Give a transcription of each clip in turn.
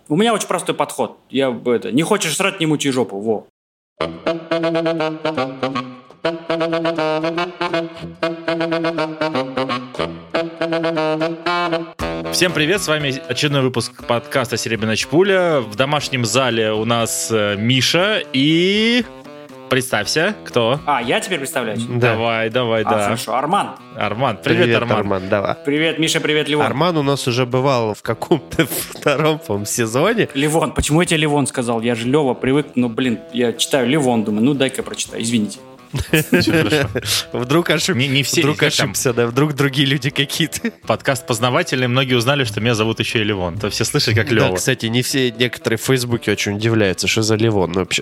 У меня очень простой подход. Не хочешь срать, не мучай жопу. Во. Всем привет, с вами очередной выпуск подкаста «Серебряная чпуля». В домашнем зале у нас Миша и... Представься, кто? Я теперь представляюсь? Да. Давай, да. Хорошо, Арман. Привет, Арман. Давай. Привет, Миша, привет, Ливон. Арман у нас уже бывал в каком-то втором, по-моему, сезоне. Ливон, почему я тебе Ливон сказал? Я же Лева, привык, я читаю Ливон, думаю, дай-ка прочитаю, извините. Вдруг ошибся, да, вдруг другие люди какие-то. Подкаст познавательный, многие узнали, что меня зовут еще и Ливон. То все слышат, как Лева. Да, кстати, некоторые в Фейсбуке очень удивляются, что за Ливон вообще.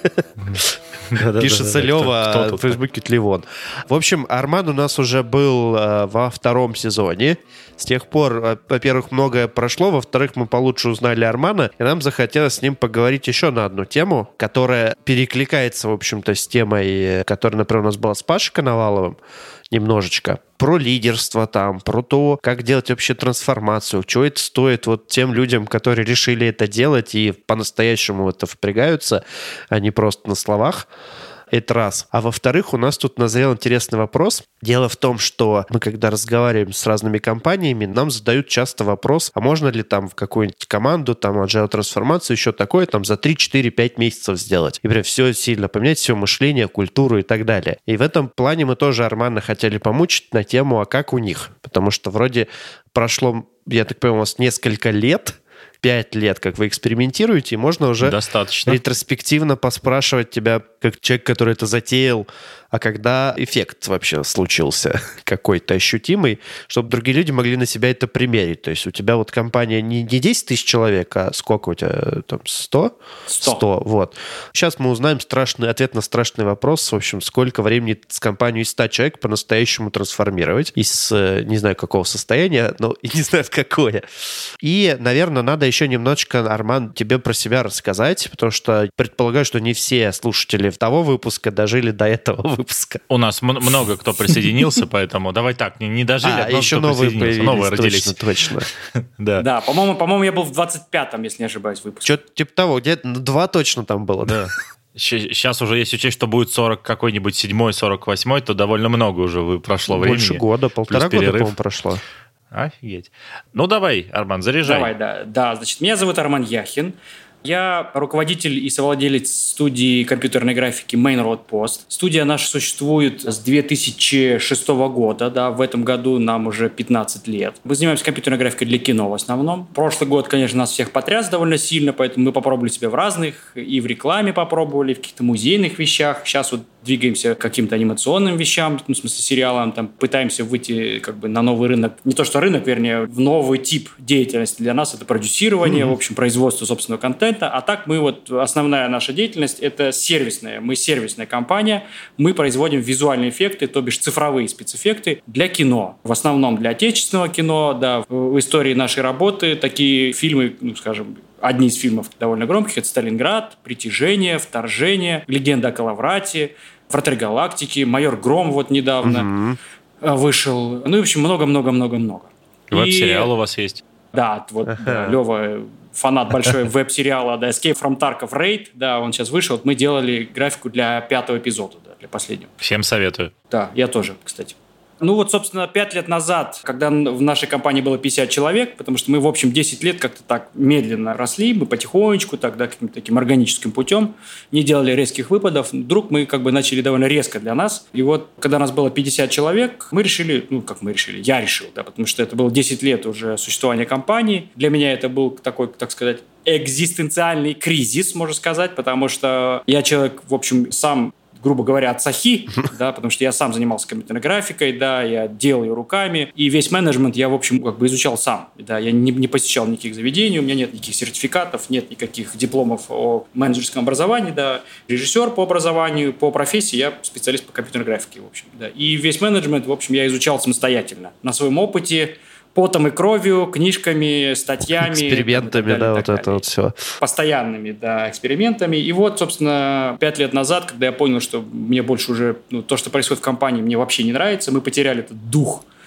Пишется Лева, а в Фейсбуке Ливон. В общем, Арман у нас уже был во втором сезоне. С тех пор, во-первых, многое прошло, во-вторых, мы получше узнали Армана, и нам захотелось с ним поговорить еще на одну тему, которая перекликается, в общем-то, с темой, которая, например, у нас была с Пашей Коноваловым, немножечко. Про лидерство там, про то, как делать вообще трансформацию, чего это стоит вот тем людям, которые решили это делать и по-настоящему в это впрягаются, а не просто на словах. Это раз. А во-вторых, у нас тут назрел интересный вопрос. Дело в том, что мы, когда разговариваем с разными компаниями, нам задают часто вопрос, а можно ли там в какую-нибудь команду, там, agile трансформацию, еще такое, там, за 3-4-5 месяцев сделать. И прям все сильно поменять, все мышление, культуру и так далее. И в этом плане мы тоже Армана хотели помучить на тему, а как у них? Потому что вроде прошло, я так понимаю, у вас несколько лет, 5 лет, как вы экспериментируете, и можно уже ретроспективно поспрашивать тебя, как человек, который это затеял, а когда эффект вообще случился какой-то ощутимый, чтобы другие люди могли на себя это примерить. То есть у тебя вот компания не 10 тысяч человек, а сколько у тебя там, 100? 100, вот. Сейчас мы узнаем ответ на страшный вопрос, в общем, сколько времени с компанией из 100 человек по-настоящему трансформировать из, не знаю, какого состояния, но и не знаю, какое. И, наверное, надо еще немножечко, Арман, тебе про себя рассказать, потому что предполагаю, что не все слушатели того выпуска дожили до этого выпуска. У нас много кто присоединился, поэтому давай так, не дожили, а еще кто присоединился. Новые родились. Точно. Да, по-моему, я был в 25-м, если не ошибаюсь, выпуске. Что-то типа того, где-то 2 точно там было. Да. Сейчас уже, если учесть, что будет 40 какой-нибудь 7-й, 48-й, то довольно много уже прошло времени. Больше года, 1,5 года, по-моему, прошло. Офигеть. Ну, давай, Арман, заряжай. Давай, да. Значит, меня зовут Арман Яхин. Я руководитель и совладелец студии компьютерной графики Main Road Post. Студия наша существует с 2006 года, да, в этом году нам уже 15 лет. Мы занимаемся компьютерной графикой для кино в основном. Прошлый год, конечно, нас всех потряс довольно сильно, поэтому мы попробовали себя в разных, и в рекламе попробовали, в каких-то музейных вещах. Сейчас вот двигаемся к каким-то анимационным вещам, в смысле сериалам, там пытаемся выйти как бы на новый рынок. Не то что рынок, вернее, в новый тип деятельности для нас. Это продюсирование, в общем, производство собственного контента. А так основная наша деятельность – это сервисная. Мы сервисная компания. Мы производим визуальные эффекты, то бишь цифровые спецэффекты для кино. В основном для отечественного кино. Да, в истории нашей работы такие фильмы, скажем, одни из фильмов довольно громких – это «Сталинград», «Притяжение», «Вторжение», «Легенда о Коловрате», «Вратарь галактики», «Майор Гром» вот недавно вышел. Ну и, в общем, много-много-много-много. Веб-сериал у вас есть? Да, вот Лева фанат большой веб-сериала Escape from Tarkov Raid. Да, он сейчас вышел. Мы делали графику для 5-го эпизода, для последнего. Всем советую. Да, я тоже, кстати. Собственно, 5 лет назад, когда в нашей компании было 50 человек, потому что мы, в общем, 10 лет как-то так медленно росли, мы потихонечку, тогда каким-то таким органическим путем, не делали резких выпадов. Вдруг мы как бы начали довольно резко для нас. И вот, когда нас было 50 человек, мы решили, я решил, да, потому что это было 10 лет уже существования компании. Для меня это был такой, так сказать, экзистенциальный кризис, можно сказать, потому что я человек, в общем, сам, грубо говоря, от сахи, да, потому что я сам занимался компьютерной графикой, да, я делал ее руками, и весь менеджмент я, в общем, как бы изучал сам, да, я не посещал никаких заведений, у меня нет никаких сертификатов, нет никаких дипломов о менеджерском образовании, да, режиссер по образованию, по профессии я специалист по компьютерной графике, в общем, да, и весь менеджмент, в общем, я изучал самостоятельно, на своем опыте, потом и кровью, книжками, статьями. Экспериментами, далее, да, вот далее. Это вот все. Постоянными, да, экспериментами. И вот, собственно, 5 лет назад, когда я понял, что мне больше уже, то, что происходит в компании, мне вообще не нравится, мы потеряли этот дух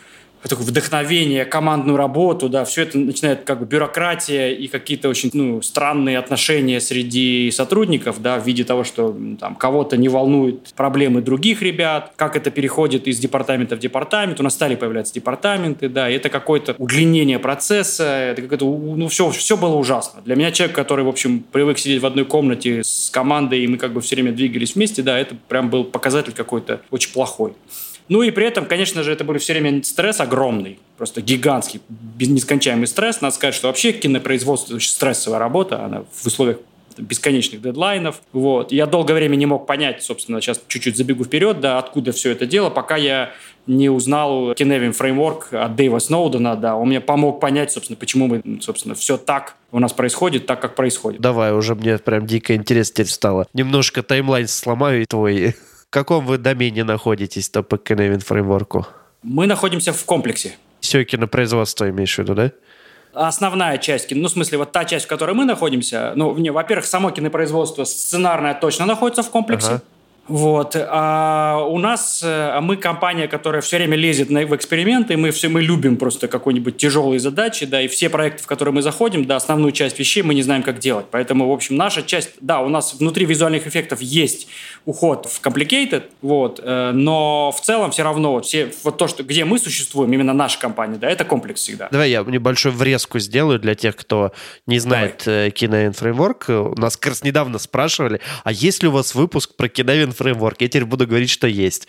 такое вдохновение, командную работу, да, все это начинает как бы бюрократия и какие-то очень странные отношения среди сотрудников, да, в виде того, что там кого-то не волнуют проблемы других ребят, как это переходит из департамента в департамент, у нас стали появляться департаменты, да, и это какое-то удлинение процесса, это какое-то, все было ужасно. Для меня человек, который, в общем, привык сидеть в одной комнате с командой, и мы как бы все время двигались вместе, да, это прям был показатель какой-то очень плохой. Ну и при этом, конечно же, это был все время стресс огромный, просто гигантский, нескончаемый стресс. Надо сказать, что вообще кинопроизводство очень стрессовая работа, она в условиях бесконечных дедлайнов. Вот. Я долгое время не мог понять, собственно, сейчас чуть-чуть забегу вперед, да, откуда все это дело, пока я не узнал Kinevin фреймворк от Дэйва Сноудена, да, он мне помог понять, собственно, почему мы, собственно, все так у нас происходит, так, как происходит. Давай, уже мне прям дико интересно теперь стало. Немножко таймлайн сломаю твой. В каком вы домене находитесь-то по Kinevin фреймворку? Мы находимся в комплексе. Все кинопроизводство имеешь в виду, да? Основная часть, в смысле, вот та часть, в которой мы находимся, во-первых, само кинопроизводство сценарное точно находится в комплексе. Ага. Вот. А у нас, мы компания, которая все время лезет в эксперименты, мы любим просто какие-нибудь тяжелые задачи, да, и все проекты, в которые мы заходим, да, основную часть вещей мы не знаем, как делать. Поэтому, в общем, наша часть, да, у нас внутри визуальных эффектов есть уход в Complicated, вот, но в целом все равно где мы существуем, именно наша компания, да, это комплекс всегда. Давай я небольшую врезку сделаю для тех, кто не знает Kinevin Framework. У нас как раз недавно спрашивали, а есть ли у вас выпуск про Kinevin Framework? Я теперь буду говорить, что есть.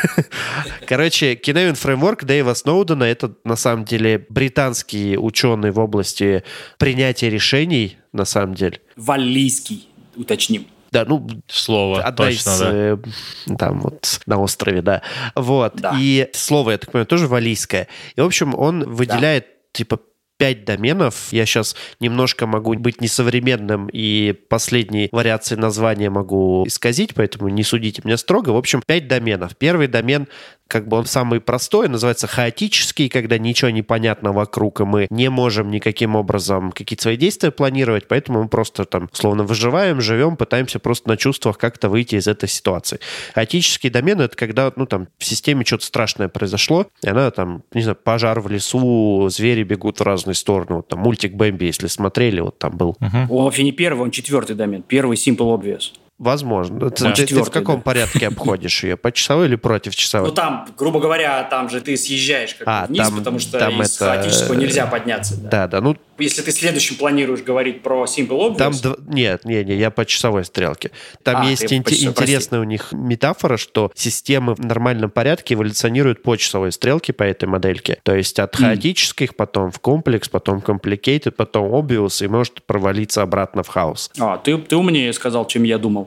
Короче, Kinevin Framework Дэйва Сноудена — это на самом деле британский ученый в области принятия решений, на самом деле. Валлийский, уточним. Да, слово, одна точно, из, там вот на острове, да. Вот. Да. И слово, я так понимаю, тоже валлийское. И, в общем, он выделяет, типа, 5 доменов. Я сейчас немножко могу быть несовременным и последней вариации названия могу исказить, поэтому не судите меня строго. В общем, 5 доменов. Первый домен, как бы он самый простой, называется хаотический, когда ничего не понятно вокруг, и мы не можем никаким образом какие-то свои действия планировать, поэтому мы просто там, словно выживаем, живем, пытаемся просто на чувствах как-то выйти из этой ситуации. Хаотический домен — это когда, в системе что-то страшное произошло, и она там, не знаю, пожар в лесу, звери бегут в разные стороны. Вот там мультик Бэмби, если смотрели, вот там был. Он вообще не первый, он 4-й домен. Первый Simple Obvious. Возможно. Ты в каком порядке обходишь ее? По часовой или против часовой? Там, грубо говоря, там же ты съезжаешь вниз, потому что из хаотического нельзя подняться. Да. Если ты следующим планируешь говорить про Simple Obvious... Нет, я по часовой стрелке. Там есть интересная у них метафора, что системы в нормальном порядке эволюционируют по часовой стрелке по этой модельке. То есть от хаотических, потом в комплекс, потом complicated, потом obvious, и может провалиться обратно в хаос. Ты умнее сказал, чем я думал.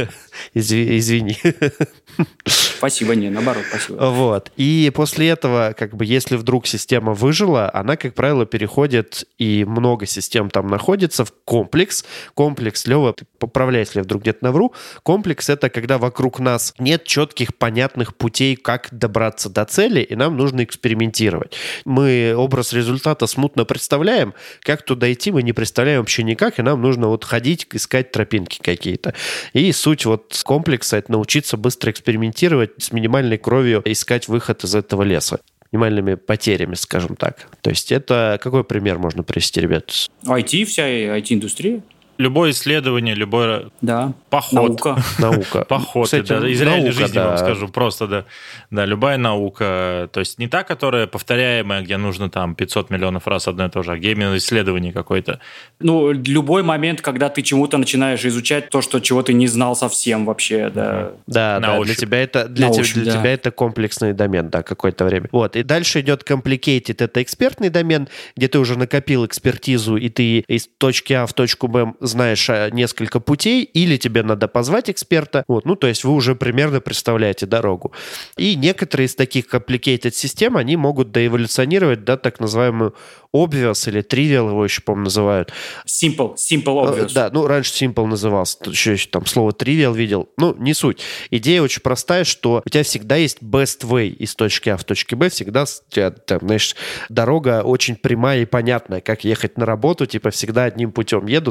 Извини. Спасибо, наоборот, спасибо. Вот. И после этого, если вдруг система выжила, она, как правило, переходит, и много систем там находится, в комплекс. Комплекс, Лева, ты поправляй, если я вдруг где-то навру. Комплекс — это когда вокруг нас нет четких, понятных путей, как добраться до цели, и нам нужно экспериментировать. Мы образ результата смутно представляем, как туда идти мы не представляем вообще никак, и нам нужно ходить, искать тропинки какие-то. И суть комплекса — это научиться быстро экспериментировать, с минимальной кровью искать выход из этого леса. Минимальными потерями, скажем так. То есть это... Какой пример можно привести, ребят? IT, вся IT-индустрия. Любое исследование, любой поход. Наука. Поход, кстати, да, из реальной жизни, да. Вам скажу, просто, да. Да, любая наука, то есть не та, которая повторяемая, где нужно там 500 миллионов раз одно и то же, а где именно исследование какое-то. Любой момент, когда ты чему-то начинаешь изучать то, чего ты не знал совсем вообще, да. Да, для тебя это комплексный домен, да, какое-то время. Вот, и дальше идет complicated, это экспертный домен, где ты уже накопил экспертизу, и ты из точки А в точку Б знаешь несколько путей, или тебе надо позвать эксперта. То есть вы уже примерно представляете дорогу. И некоторые из таких complicated систем, они могут доэволюционировать до так называемую obvious или trivial, его еще, по-моему, называют. Simple obvious. Да, раньше simple назывался, еще там слово trivial видел. Не суть. Идея очень простая, что у тебя всегда есть best way из точки А в точке Б, всегда, дорога очень прямая и понятная, как ехать на работу, всегда одним путем еду, так и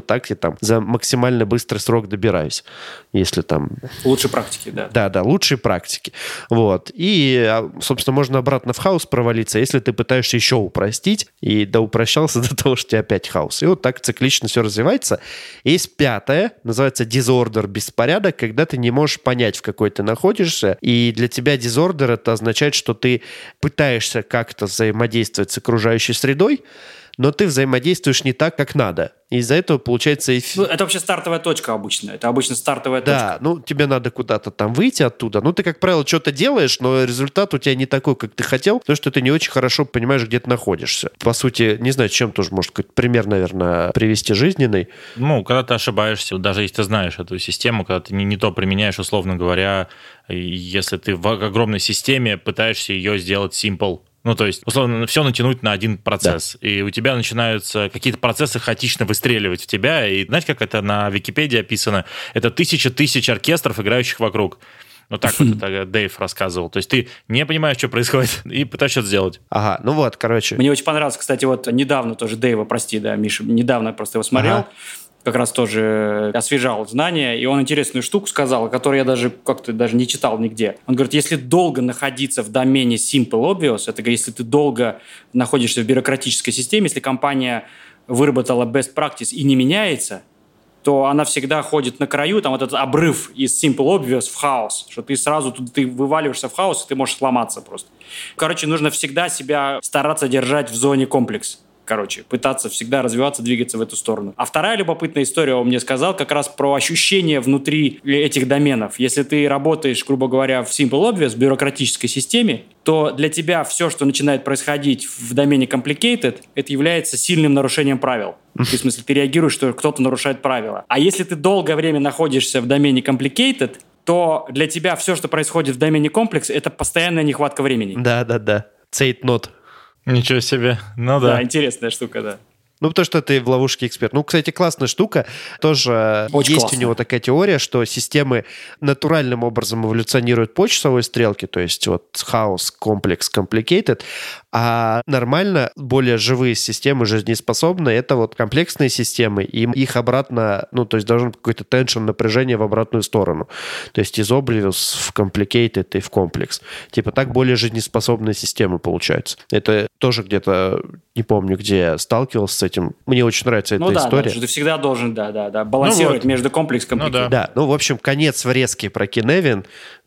там за максимально быстрый срок добираюсь, если там... Лучшие практики, да. Да, лучшие практики. Вот. И, собственно, можно обратно в хаос провалиться, если ты пытаешься еще упростить, и доупрощался до того, что у тебя опять хаос. И вот так циклично все развивается. Есть пятое, называется disorder, беспорядок, когда ты не можешь понять, в какой ты находишься, и для тебя disorder это означает, что ты пытаешься как-то взаимодействовать с окружающей средой, но ты взаимодействуешь не так, как надо. И из-за этого получается... Это вообще стартовая точка обычно. Это обычно стартовая точка. Да, тебе надо куда-то там выйти оттуда. Ты, как правило, что-то делаешь, но результат у тебя не такой, как ты хотел, потому что ты не очень хорошо понимаешь, где ты находишься. По сути, не знаю, чем тоже, может, какой-то пример, наверное, привести жизненный. Когда ты ошибаешься, даже если ты знаешь эту систему, когда ты не то применяешь, условно говоря, если ты в огромной системе пытаешься ее сделать simple. То есть, условно, все натянуть на один процесс. Да. И у тебя начинаются какие-то процессы хаотично выстреливать в тебя. И знаете, как это на Википедии описано? Это тысячи оркестров, играющих вокруг. Так вот это Дэйв рассказывал. То есть ты не понимаешь, что происходит, и пытаешься что-то сделать. Ага, короче. Мне очень понравилось, кстати, недавно тоже Дэйва, прости, да, Миша, недавно просто его смотрел. Ага. Как раз тоже освежал знания, и он интересную штуку сказал, которую я даже как-то даже не читал нигде. Он говорит, если долго находиться в домене simple obvious, это если ты долго находишься в бюрократической системе, если компания выработала best practice и не меняется, то она всегда ходит на краю, там вот этот обрыв из simple obvious в хаос, что ты сразу ты вываливаешься в хаос, и ты можешь сломаться просто. Нужно всегда себя стараться держать в зоне комплекс. Пытаться всегда развиваться, двигаться в эту сторону. А вторая любопытная история, он мне сказал, как раз про ощущения внутри этих доменов. Если ты работаешь, грубо говоря, в Simple Obvious, в бюрократической системе, то для тебя все, что начинает происходить в домене Complicated, это является сильным нарушением правил. В смысле, ты реагируешь, что кто-то нарушает правила. А если ты долгое время находишься в домене Complicated, то для тебя все, что происходит в домене Complex, это постоянная нехватка времени. Да. Цейтнот. Ничего себе. Да. Да, интересная штука, да. Потому что ты в ловушке эксперт. Кстати, классная штука. Тоже очень есть классно. У него такая теория, что системы натуральным образом эволюционируют по часовой стрелке, то есть хаос, комплекс, complicated, а нормально более живые системы, жизнеспособные, это комплексные системы, и их обратно, то есть должен быть какой-то теншн, напряжение в обратную сторону. То есть из obvious в complicated и в комплекс. Так более жизнеспособные системы получаются. Это тоже где-то, не помню, где сталкивался с этим. Мне очень нравится эта история. Да, ты всегда должен, балансировать между комплексом и комплексом. Да, в общем, конец врезки про Киневин.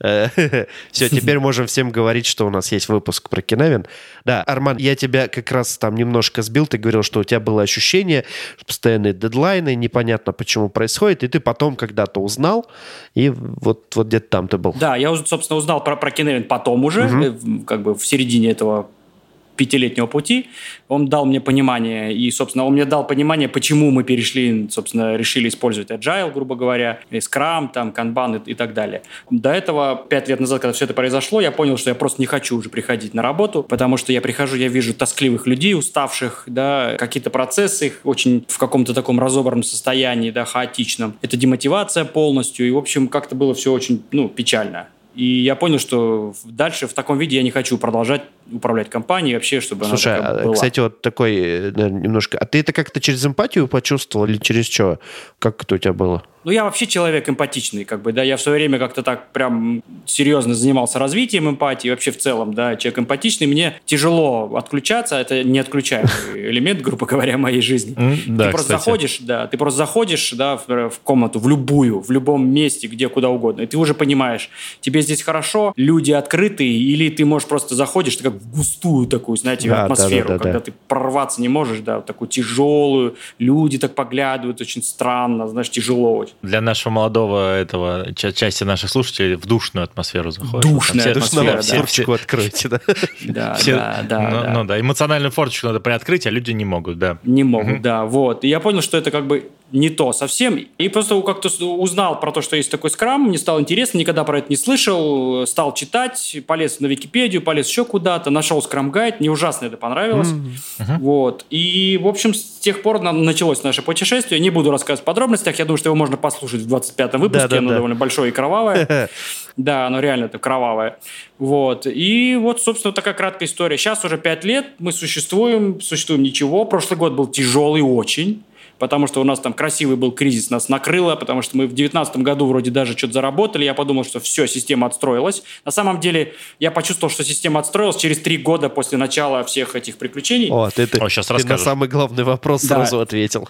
Все, теперь можем всем говорить, что у нас есть выпуск про Киневин. Да, Арман, я тебя как раз там немножко сбил. Ты говорил, что у тебя было ощущение, постоянные дедлайны, непонятно, почему происходит, и ты потом когда-то узнал, и вот где-то там ты был. Да, я, собственно, узнал про Киневин потом уже, в середине этого 5-летнего пути, он дал мне понимание, и, собственно, он мне дал понимание, почему мы решили использовать Agile, грубо говоря, Scrum, Kanban и так далее. До этого, 5 лет назад, когда все это произошло, я понял, что я просто не хочу уже приходить на работу, потому что я прихожу, я вижу тоскливых людей, уставших, какие-то процессы их очень в каком-то таком разобранном состоянии, хаотичном. Это демотивация полностью, и, в общем, как-то было все очень, печально. И я понял, что дальше в таком виде я не хочу продолжать управлять компанией вообще, чтобы она такая была. Кстати, такой немножко... А ты это как-то через эмпатию почувствовал или через что? Как это у тебя было? Я вообще человек эмпатичный, я в свое время как-то так прям серьезно занимался развитием эмпатии, вообще в целом, человек эмпатичный, мне тяжело отключаться, это не отключаемый элемент, грубо говоря, моей жизни. Ты просто заходишь в комнату, в любом месте, куда угодно, и ты уже понимаешь, тебе здесь хорошо, люди открытые, или ты можешь просто заходишь, ты как в густую такую, атмосферу, когда ты прорваться не можешь, такую тяжелую, люди так поглядывают, очень странно, тяжело очень. Для нашего молодого части наших слушателей в душную атмосферу заходишь. Душная атмосфера, форточку откройте, да? Да. Эмоциональную форточку надо приоткрыть, а люди не могут, да. Не могут, да, И я понял, что это не то совсем. И просто как-то узнал про то, что есть такой скрам, мне стало интересно, никогда про это не слышал, стал читать, полез на Википедию, полез еще куда-то, нашел скрам-гайд, мне ужасно это понравилось. И, в общем, с тех пор началось наше путешествие. Не буду рассказывать в подробностях, я думаю, что его можно послушать в 25-м выпуске, оно довольно большое и кровавое. Да, оно реально кровавое. И собственно, такая краткая история. Сейчас уже 5 лет мы существуем ничего. Прошлый год был тяжелый очень. потому что у нас там красивый был кризис, нас накрыло, потому что мы в 2019 году вроде даже что-то заработали, я подумал, что все, система отстроилась. На самом деле я почувствовал, что система отстроилась через 3 года после начала всех этих приключений. Сейчас ты на самый главный вопрос сразу ответил.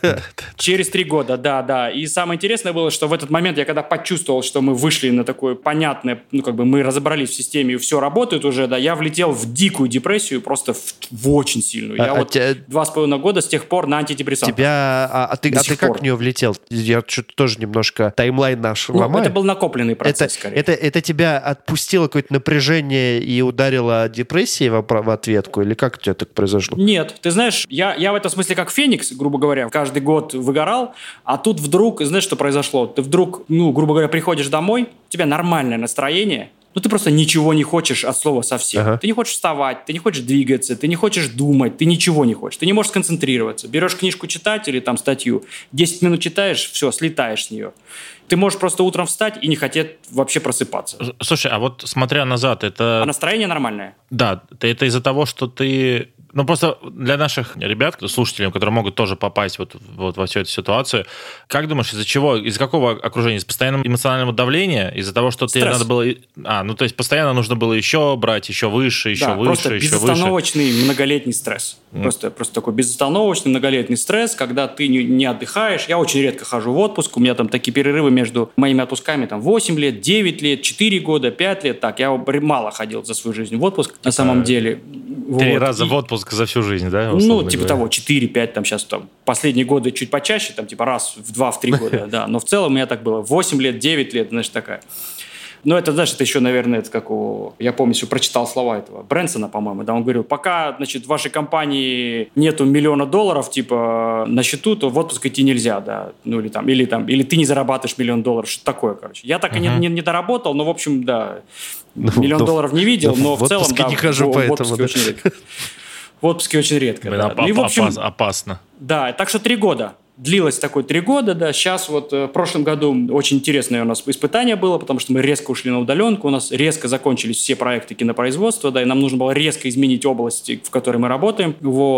Через 3 года, да. И самое интересное было, что в этот момент я когда почувствовал, что мы вышли на такое понятное, мы разобрались в системе и все работает уже, да, я влетел в дикую депрессию, просто в очень сильную. Я 2,5 года с тех пор на антидепрессантах. Ты как в нее влетел? Я что-то тоже немножко таймлайн наш ломаю. Это был накопленный процесс, скорее. Это тебя отпустило какое-то напряжение и ударило депрессией в ответку? Или как у тебя так произошло? Нет, ты знаешь, я в этом смысле как Феникс, грубо говоря, каждый год выгорал, а тут вдруг, знаешь, что произошло? Ты вдруг, грубо говоря, приходишь домой, у тебя нормальное настроение, ты просто ничего не хочешь от слова совсем. Ага. Ты не хочешь вставать, ты не хочешь двигаться, ты не хочешь думать, ты ничего не хочешь. Ты не можешь сконцентрироваться. Берешь книжку читать или там статью, 10 минут читаешь, все, слетаешь с нее. Ты можешь просто утром встать и не хотеть вообще просыпаться. Слушай, а вот смотря назад, это... А настроение нормальное? Да, это из-за того, что ты... просто для наших ребят, слушателей, которые могут тоже попасть вот во всю эту ситуацию, как думаешь, из-за чего, из какого окружения? Из постоянного эмоционального давления? Из-за того, что тебе надо было... то есть постоянно нужно было еще брать, еще выше, еще выше, просто еще безостановочный многолетний стресс. Просто такой безостановочный многолетний стресс, когда ты не отдыхаешь. Я очень редко хожу в отпуск, у меня там такие перерывы между моими отпусками, там 8 лет, 9 лет, 4 года, 5 лет. Так, я мало ходил за свою жизнь в отпуск, на самом деле. 3 раза в отпуск за всю жизнь, да? Того, 4-5, там сейчас там последние годы чуть почаще, там раз в 2-3 года, да. Но в целом у меня так было 8 лет, 9 лет, значит, такая. Но это, знаешь, это еще, наверное, это как я помню, еще прочитал слова этого Брэнсона, по-моему, да, он говорил, пока, значит, в вашей компании нету $1 миллиона, на счету, то в отпуск идти нельзя, да, или ты не зарабатываешь $1 миллион, что такое, короче. Я так и не доработал, но, в общем, да, $1 миллион не видел, но в целом, да, не хожу, поэтому, в отпуске очень редко. В отпуске очень редко, да. Опасно. Да, так что 3 года. Длилось такое 3 года, да. Сейчас в прошлом году очень интересное у нас испытание было, потому что мы резко ушли на удаленку, у нас резко закончились все проекты кинопроизводства, да, и нам нужно было резко изменить области, в которой мы работаем.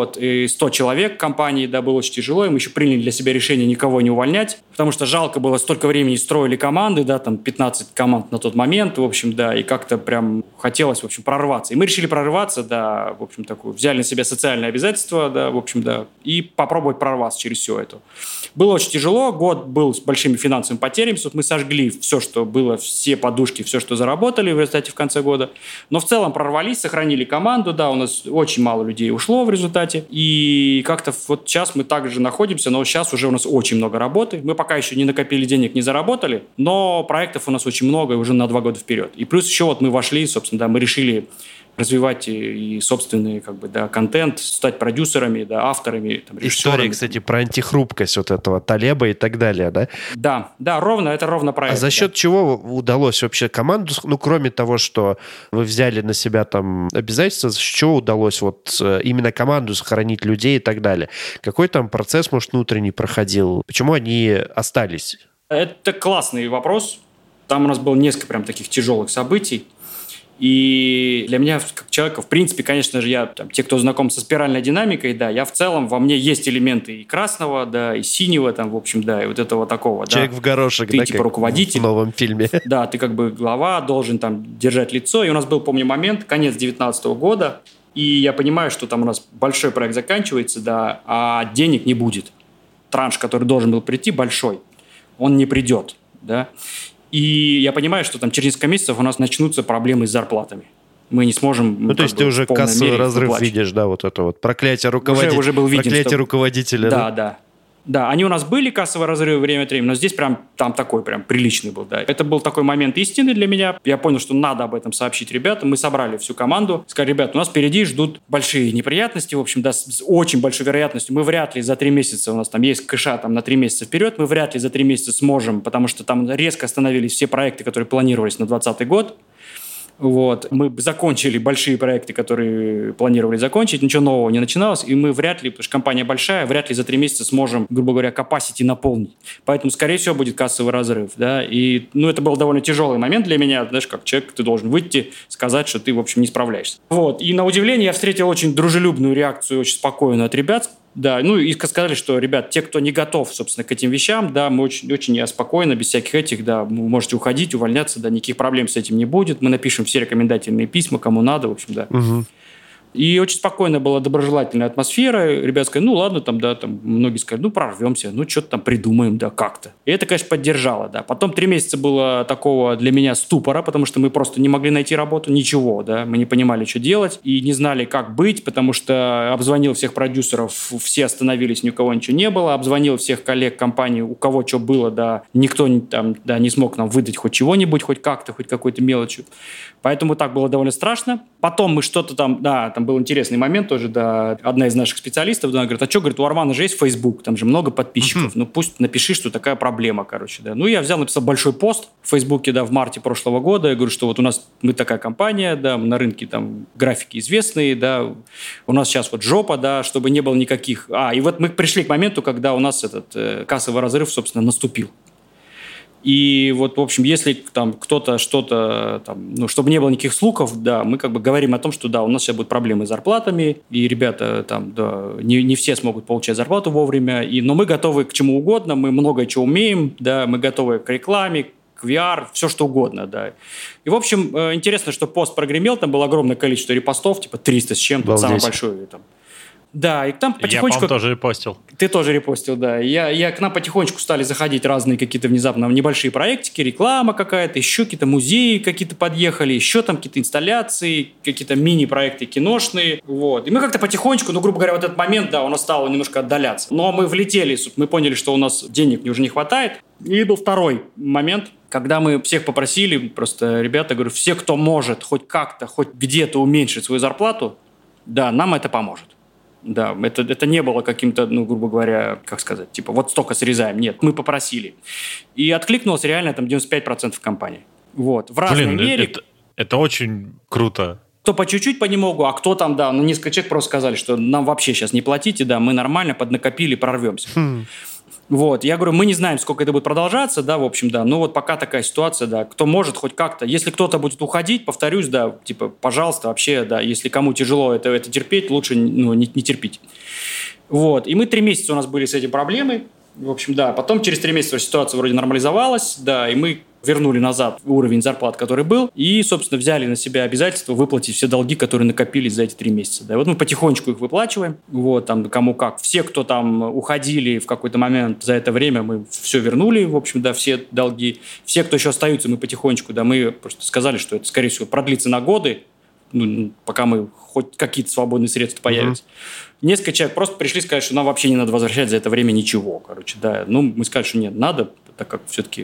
И 100 человек в компании, да, было очень тяжело, и мы еще приняли для себя решение никого не увольнять, потому что жалко было, столько времени строили команды, да, там 15 команд на тот момент, в общем, да, и как-то прям хотелось, в общем, прорваться. И мы решили прорваться, да, в общем, взяли на себя социальные обязательства, да, в общем, да, и попробовать прорваться через все это. Было очень тяжело, год был с большими финансовыми потерями, мы сожгли все, что было, все подушки, все, что заработали в результате в конце года, но в целом прорвались, сохранили команду, да, у нас очень мало людей ушло в результате, и как-то вот сейчас мы также находимся, но сейчас уже у нас очень много работы, мы пока еще не накопили денег, не заработали, но проектов у нас очень много, и уже на 2 года вперед. И плюс еще мы вошли, собственно, да, мы решили развивать и собственный контент, стать продюсерами, да, авторами, режиссерами. История, кстати, про антихрупкость вот этого Талеба и так далее, да? Да, это ровно про это. А за счет чего удалось вообще команду, кроме того, что вы взяли на себя там обязательства, за счет чего удалось именно команду сохранить, людей и так далее? Какой там процесс, может, внутренний проходил? Почему они остались? Это классный вопрос. Там у нас было несколько прям таких тяжелых событий. И для меня, как человека, в принципе, конечно же, те, кто знаком со спиральной динамикой, да, я в целом, во мне есть элементы и красного, да, и синего, там, в общем, да, и вот этого такого, человек да. в горошек, ты, да, типа руководитель. В новом фильме. Да, ты глава, должен там держать лицо. И у нас был, помню, момент, конец 2019 года, и я понимаю, что там у нас большой проект заканчивается, да, а денег не будет. Транш, который должен был прийти, большой, он не придет, да. И я понимаю, что там через несколько месяцев у нас начнутся проблемы с зарплатами. Мы не сможем... то есть ты уже кассовый разрыв видишь, да, вот это вот проклятие руководителя. Уже был виден, проклятие руководителя. Да. Да, они у нас были, кассовые разрывы время от времени, но здесь прям там такой прям приличный был, да. Это был такой момент истины для меня. Я понял, что надо об этом сообщить ребятам. Мы собрали всю команду. Сказали, ребят, у нас впереди ждут большие неприятности, в общем, да, с очень большой вероятностью. Мы вряд ли за 3 месяца, у нас там есть кэша там на 3 месяца вперед, мы вряд ли за 3 месяца сможем, потому что там резко остановились все проекты, которые планировались на 2020 год. Мы закончили большие проекты, которые планировали закончить, ничего нового не начиналось, и мы вряд ли, потому что компания большая, вряд ли за 3 месяца сможем, грубо говоря, capacity наполнить. Поэтому, скорее всего, будет кассовый разрыв, да, и, это был довольно тяжелый момент для меня, знаешь, как человек, ты должен выйти, сказать, что ты, в общем, не справляешься. И на удивление я встретил очень дружелюбную реакцию, очень спокойную от ребят, Да, ну и сказали, что, ребят, те, кто не готов, собственно, к этим вещам, да, мы очень, очень спокойно, без всяких этих, да, вы можете уходить, увольняться, да, никаких проблем с этим не будет. Мы напишем все рекомендательные письма, кому надо, в общем, да. Угу. И очень спокойно была доброжелательная атмосфера. Ребята сказали, ну ладно, там, да, там многие сказали, ну прорвемся, ну что-то там придумаем, да, как-то. И это, конечно, поддержало, да. Потом 3 месяца было такого для меня ступора, потому что мы просто не могли найти работу, ничего, да. Мы не понимали, что делать и не знали, как быть, потому что обзвонил всех продюсеров, все остановились, ни у кого ничего не было. Обзвонил всех коллег компании, у кого что было, да. Никто там, да, не смог нам выдать хоть чего-нибудь, хоть как-то, хоть какой-то мелочью. Поэтому так было довольно страшно. Потом мы что-то там, да, там был интересный момент тоже, да, одна из наших специалистов, да, говорит, а что, говорит, у Армана же есть Facebook, там же много подписчиков, ну пусть напиши, что такая проблема, короче, да. Ну, я взял, написал большой пост в Фейсбуке, да, в марте прошлого года, я говорю, что вот у нас, мы такая компания, да, на рынке там графики известные, да, у нас сейчас вот жопа, да, чтобы не было никаких... и вот мы пришли к моменту, когда у нас этот кассовый разрыв, собственно, наступил. И вот, в общем, если там кто-то что-то, там, ну, чтобы не было никаких слухов, да, мы как бы говорим о том, что да, у нас сейчас будут проблемы с зарплатами, и ребята там, да, не все смогут получать зарплату вовремя, но мы готовы к чему угодно, мы много чего умеем, да, мы готовы к рекламе, к VR, все что угодно, да. И, в общем, интересно, что пост прогремел, там было огромное количество репостов, типа 300 с чем-то, самый большой там. Да, и там потихонечку... Я, по-моему, тоже репостил. Ты тоже репостил, да. К нам потихонечку стали заходить разные какие-то внезапно небольшие проектики, реклама какая-то, еще какие-то музеи какие-то подъехали, еще там какие-то инсталляции, какие-то мини-проекты киношные, вот. И мы как-то потихонечку, ну, грубо говоря, вот этот момент, да, у нас стал немножко отдаляться. Но мы влетели, мы поняли, что у нас денег уже не хватает. И был второй момент, когда мы всех попросили, просто, ребята, говорю, все, кто может хоть как-то, хоть где-то уменьшить свою зарплату, да, нам это поможет. Да, это не было каким-то, ну, грубо говоря, как сказать, типа, вот столько срезаем. Нет, мы попросили. И откликнулось реально там 95% компаний. Вот, в разной мере. Это очень круто. Кто по чуть-чуть понемногу, а кто там, да, несколько человек просто сказали, что нам вообще сейчас не платите, да, мы нормально поднакопили, прорвемся. Вот, я говорю, мы не знаем, сколько это будет продолжаться, да, в общем, да, но вот пока такая ситуация, да, кто может хоть как-то, если кто-то будет уходить, повторюсь, да, типа, пожалуйста, вообще, да, если кому тяжело это терпеть, лучше, ну, не терпите. Вот, и мы 3 месяца у нас были с этим проблемой, в общем, да, потом через 3 месяца ситуация вроде нормализовалась, да, и мы вернули назад уровень зарплат, который был, и, собственно, взяли на себя обязательство выплатить все долги, которые накопились за эти 3 месяца. Да. И вот мы потихонечку их выплачиваем, вот, там, кому как. Все, кто там уходили в какой-то момент за это время, мы все вернули, в общем, да, все долги. Все, кто еще остаются, мы потихонечку, да, мы просто сказали, что это, скорее всего, продлится на годы, ну, пока мы хоть какие-то свободные средства появятся. Несколько человек просто пришли сказать, что нам вообще не надо возвращать за это время ничего, короче, да. Ну, мы сказали, что нет, надо, так как все-таки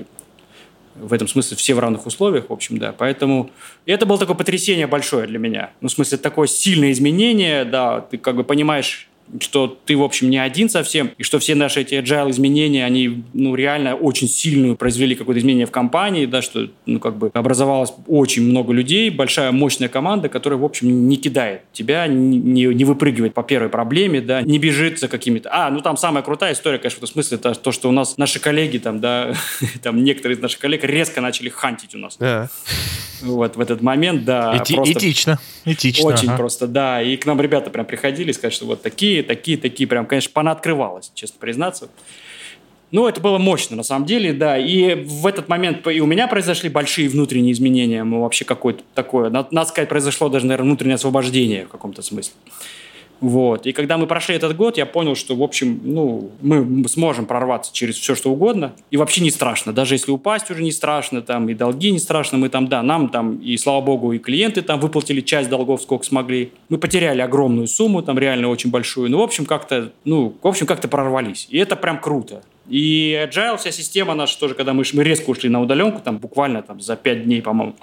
в этом смысле все в равных условиях, в общем, да. Поэтому это было такое потрясение большое для меня. Ну, в смысле, такое сильное изменение, да, ты как бы понимаешь, что ты, в общем, не один совсем, и что все наши эти agile изменения, они, ну, реально очень сильную произвели какое-то изменение в компании, да, что, ну, как бы образовалось очень много людей, большая мощная команда, которая, в общем, не кидает тебя, не выпрыгивает по первой проблеме, да, не бежит за какими-то... ну, там самая крутая история, конечно, в этом смысле, это то, что у нас наши коллеги, там, да, там некоторые из наших коллег резко начали хантить у нас. Вот в этот момент, да. Этично. Очень просто, да. И к нам ребята прям приходили и сказали, что вот такие, прям, конечно, понаоткрывалось, честно признаться. Ну, это было мощно, на самом деле, да. И в этот момент и у меня произошли большие внутренние изменения. Мы вообще какое-то такое, надо сказать, произошло даже, наверное, внутреннее освобождение в каком-то смысле. Вот. И когда мы прошли этот год, я понял, что, в общем, ну, мы сможем прорваться через все, что угодно. И вообще не страшно. Даже если упасть уже не страшно, там, и долги не страшно. Мы там, да, нам там, и слава богу, и клиенты там выплатили часть долгов, сколько смогли. Мы потеряли огромную сумму, там, реально очень большую. Ну, в общем, как-то прорвались. И это прям круто. И Agile, вся система наша тоже, когда мы резко ушли на удаленку, там, буквально там, за 5 дней, по-моему.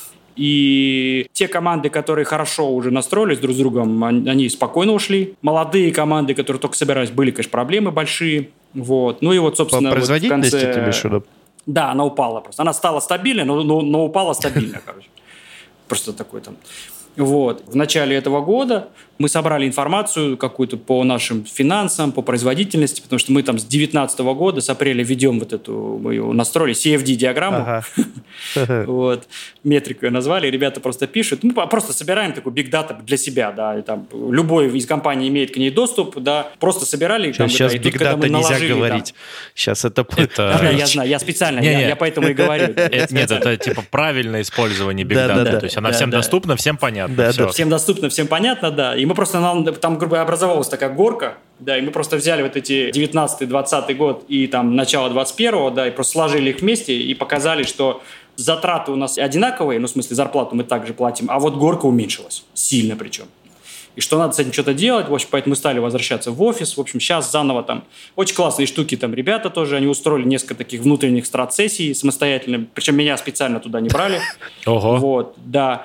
И те команды, которые хорошо уже настроились друг с другом, они спокойно ушли. Молодые команды, которые только собирались, были, конечно, проблемы большие. Вот. Ну и вот, собственно, по производительности вот в конце... ты имеешь в виду? Да, она упала просто. Она стала стабильной, но упала стабильно, короче. Просто такой там... Вот. В начале этого года мы собрали информацию какую-то по нашим финансам, по производительности, потому что мы там с 2019 года, с апреля ведем вот эту, мы ее настроили, CFD-диаграмму, вот, метрику ее назвали, ребята просто пишут, мы просто собираем такой big data для себя, да, и там любой из компаний имеет к ней доступ, да, просто собирали. Сейчас big data нельзя говорить. Сейчас это... Да, я знаю, я специально, я поэтому и говорю. Нет, это типа правильное использование big data, то есть она всем доступна, всем понятно. Да, всем доступно, всем понятно, да. И мы просто, там, грубо говоря, образовалась такая горка, да, и мы просто взяли вот эти 19-20 год и там начало 21-го, да, и просто сложили их вместе и показали, что затраты у нас одинаковые, ну, в смысле, зарплату мы также платим, а вот горка уменьшилась, сильно причем. И что надо с этим что-то делать, в общем, поэтому мы стали возвращаться в офис, в общем, сейчас заново там очень классные штуки, там ребята тоже, они устроили несколько таких внутренних страт-сессий самостоятельно, причем меня специально туда не брали. Ого. Вот, да.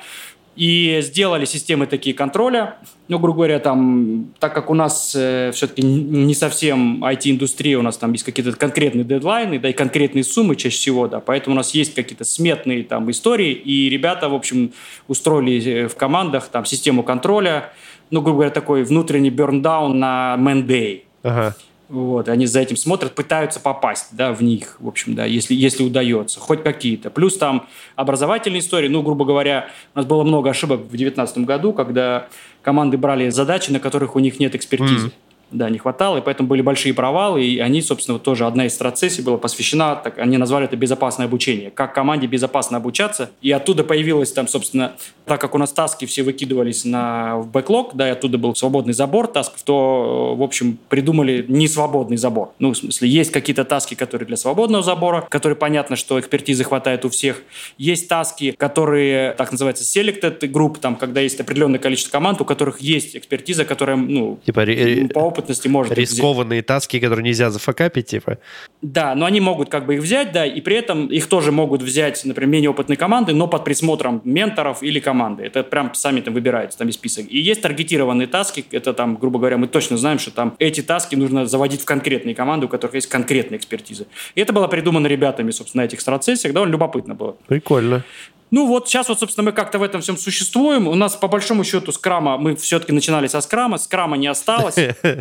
И сделали системы такие контроля. Ну, грубо говоря, там, так как у нас все-таки не совсем IT-индустрия, у нас там есть какие-то конкретные дедлайны, да, и конкретные суммы чаще всего, да, поэтому у нас есть какие-то сметные там истории, и ребята, в общем, устроили в командах там систему контроля, ну, грубо говоря, такой внутренний берндаун на Man Day. Ага. Вот, они за этим смотрят, пытаются попасть, да, в них, в общем, да, если удается, хоть какие-то. Плюс там образовательные истории, ну, грубо говоря, у нас было много ошибок в 2019 году, когда команды брали задачи, на которых у них нет экспертизы. Да, не хватало, и поэтому были большие провалы, и они, собственно, вот тоже одна из страт-сессий была посвящена, так, они назвали это безопасное обучение, как команде безопасно обучаться, и оттуда появилось там, собственно, так как у нас таски все выкидывались в бэклог, да, и оттуда был свободный забор тасков, то, в общем, придумали несвободный забор. Ну, в смысле, есть какие-то таски, которые для свободного забора, которые понятно, что экспертизы хватает у всех. Есть таски, которые, так называется, selected group, там, когда есть определенное количество команд, у которых есть экспертиза, которая, ну, типа по опытности может рискованные таски, которые нельзя зафакапить, типа. Да, но они могут как бы их взять, да, и при этом их тоже могут взять, например, менее опытные команды, но под присмотром менторов или команды. Это прям сами там выбираются, там есть список. И есть таргетированные таски, это там, грубо говоря, мы точно знаем, что там эти таски нужно заводить в конкретные команды, у которых есть конкретная экспертиза. И это было придумано ребятами, собственно, на этих страт-сессиях, довольно любопытно было. Прикольно. Ну вот сейчас вот, собственно, мы как-то в этом всем существуем. У нас, по большому счету, скрама, мы все-таки начинали со скрама не осталось.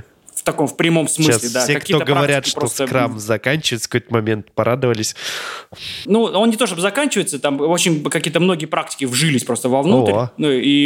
В прямом смысле, сейчас да. Все, кто говорят, что просто... скрам заканчивается, в какой-то момент порадовались. Ну, он не то чтобы заканчивается, там очень какие-то многие практики вжились просто вовнутрь. Ну,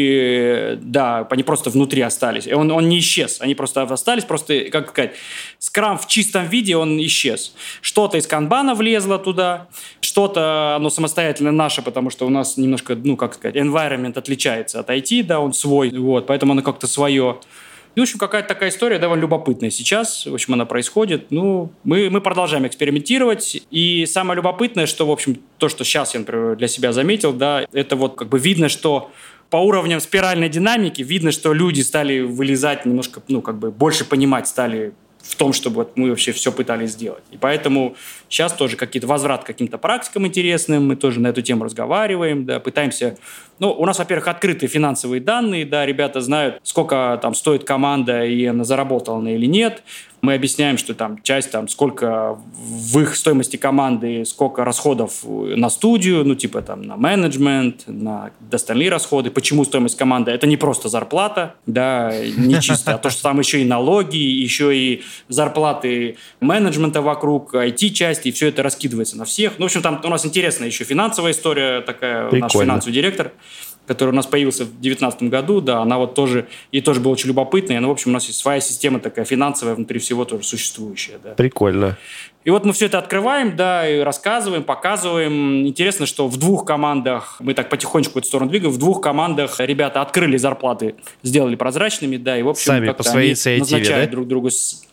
и да, они просто внутри остались. И он не исчез, они просто остались, просто, как сказать, скрам в чистом виде, он исчез. Что-то из канбана влезло туда, что-то, оно самостоятельно наше, потому что у нас немножко, ну, как сказать, environment отличается от IT, да, он свой, вот, поэтому оно как-то свое. И, в общем, какая-то такая история довольно любопытная сейчас. В общем, она происходит. Ну, мы продолжаем экспериментировать. И самое любопытное, что, в общем, то, что сейчас я, например, для себя заметил, да, это вот как бы видно, что по уровням спиральной динамики видно, что люди стали вылезать немножко, ну, как бы больше понимать стали в том, чтобы вот мы вообще все пытались сделать. И поэтому сейчас тоже какие-то возврат к каким-то практикам интересным, мы тоже на эту тему разговариваем, да, пытаемся... Ну, у нас, во-первых, открытые финансовые данные, да, ребята знают, сколько там стоит команда, и она заработала она или нет. Мы объясняем, что там часть, там, сколько в их стоимости команды, сколько расходов на студию, ну, типа там на менеджмент, на остальные расходы. Почему стоимость команды? Это не просто зарплата, да, не чисто, а то, что там еще и налоги, еще и зарплаты менеджмента вокруг, IT-части, и все это раскидывается на всех. Ну, в общем, там у нас интересная еще финансовая история такая, прикольно. Наш финансовый директор, который у нас появился в 2019 году, да, она вот тоже, ей тоже было очень любопытно, ну, в общем, у нас есть своя система такая финансовая внутри всего тоже существующая, да. Прикольно. И вот мы все это открываем, да, и рассказываем, показываем. Интересно, что в 2 командах, мы так потихонечку в эту сторону двигаем, в 2 командах ребята открыли зарплаты, сделали прозрачными, да, и, в общем, сами по своей инициативе, назначают да? друг другу,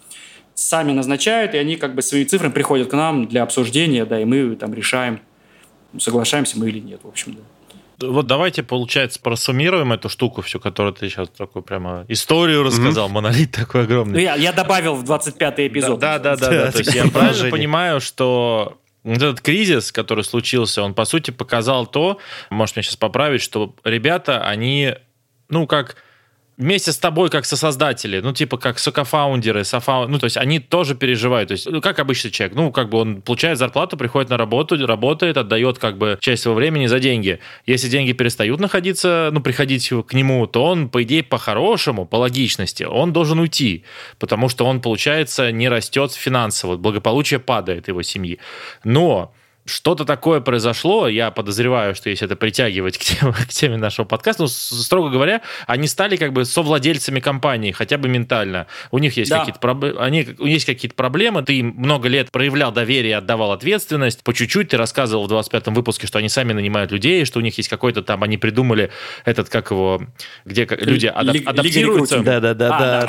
сами назначают, и они как бы своими цифрами приходят к нам для обсуждения, да, и мы там решаем, соглашаемся мы или нет, в общем, да. Вот давайте, получается, просуммируем эту штуку всю, которую ты сейчас такую прямо историю рассказал, монолит такой огромный. Ну, я добавил в 25-й эпизод. Да. То есть я правильно понимаю, что вот этот кризис, который случился, он, по сути, показал то, может меня сейчас поправить, что ребята, они, ну, как вместе с тобой как сосоздатели, ну, типа, как сокофаундеры, ну, то есть они тоже переживают. То есть, ну, как обычный человек, ну, как бы он получает зарплату, приходит на работу, работает, отдает как бы часть своего времени за деньги. Если деньги перестают находиться, ну, приходить к нему, то он, по идее, по-хорошему, по логичности, он должен уйти, потому что он, получается, не растет финансово, благополучие падает его семьи. Но что-то такое произошло, я подозреваю, что если это притягивать к теме нашего подкаста, ну, строго говоря, они стали как бы совладельцами компании, хотя бы ментально. У них есть какие-то проблемы, ты им много лет проявлял доверие, отдавал ответственность, по чуть-чуть ты рассказывал в 25-м выпуске, что они сами нанимают людей, что у них есть какой-то там, они придумали этот, как его, где люди адаптируются. Да.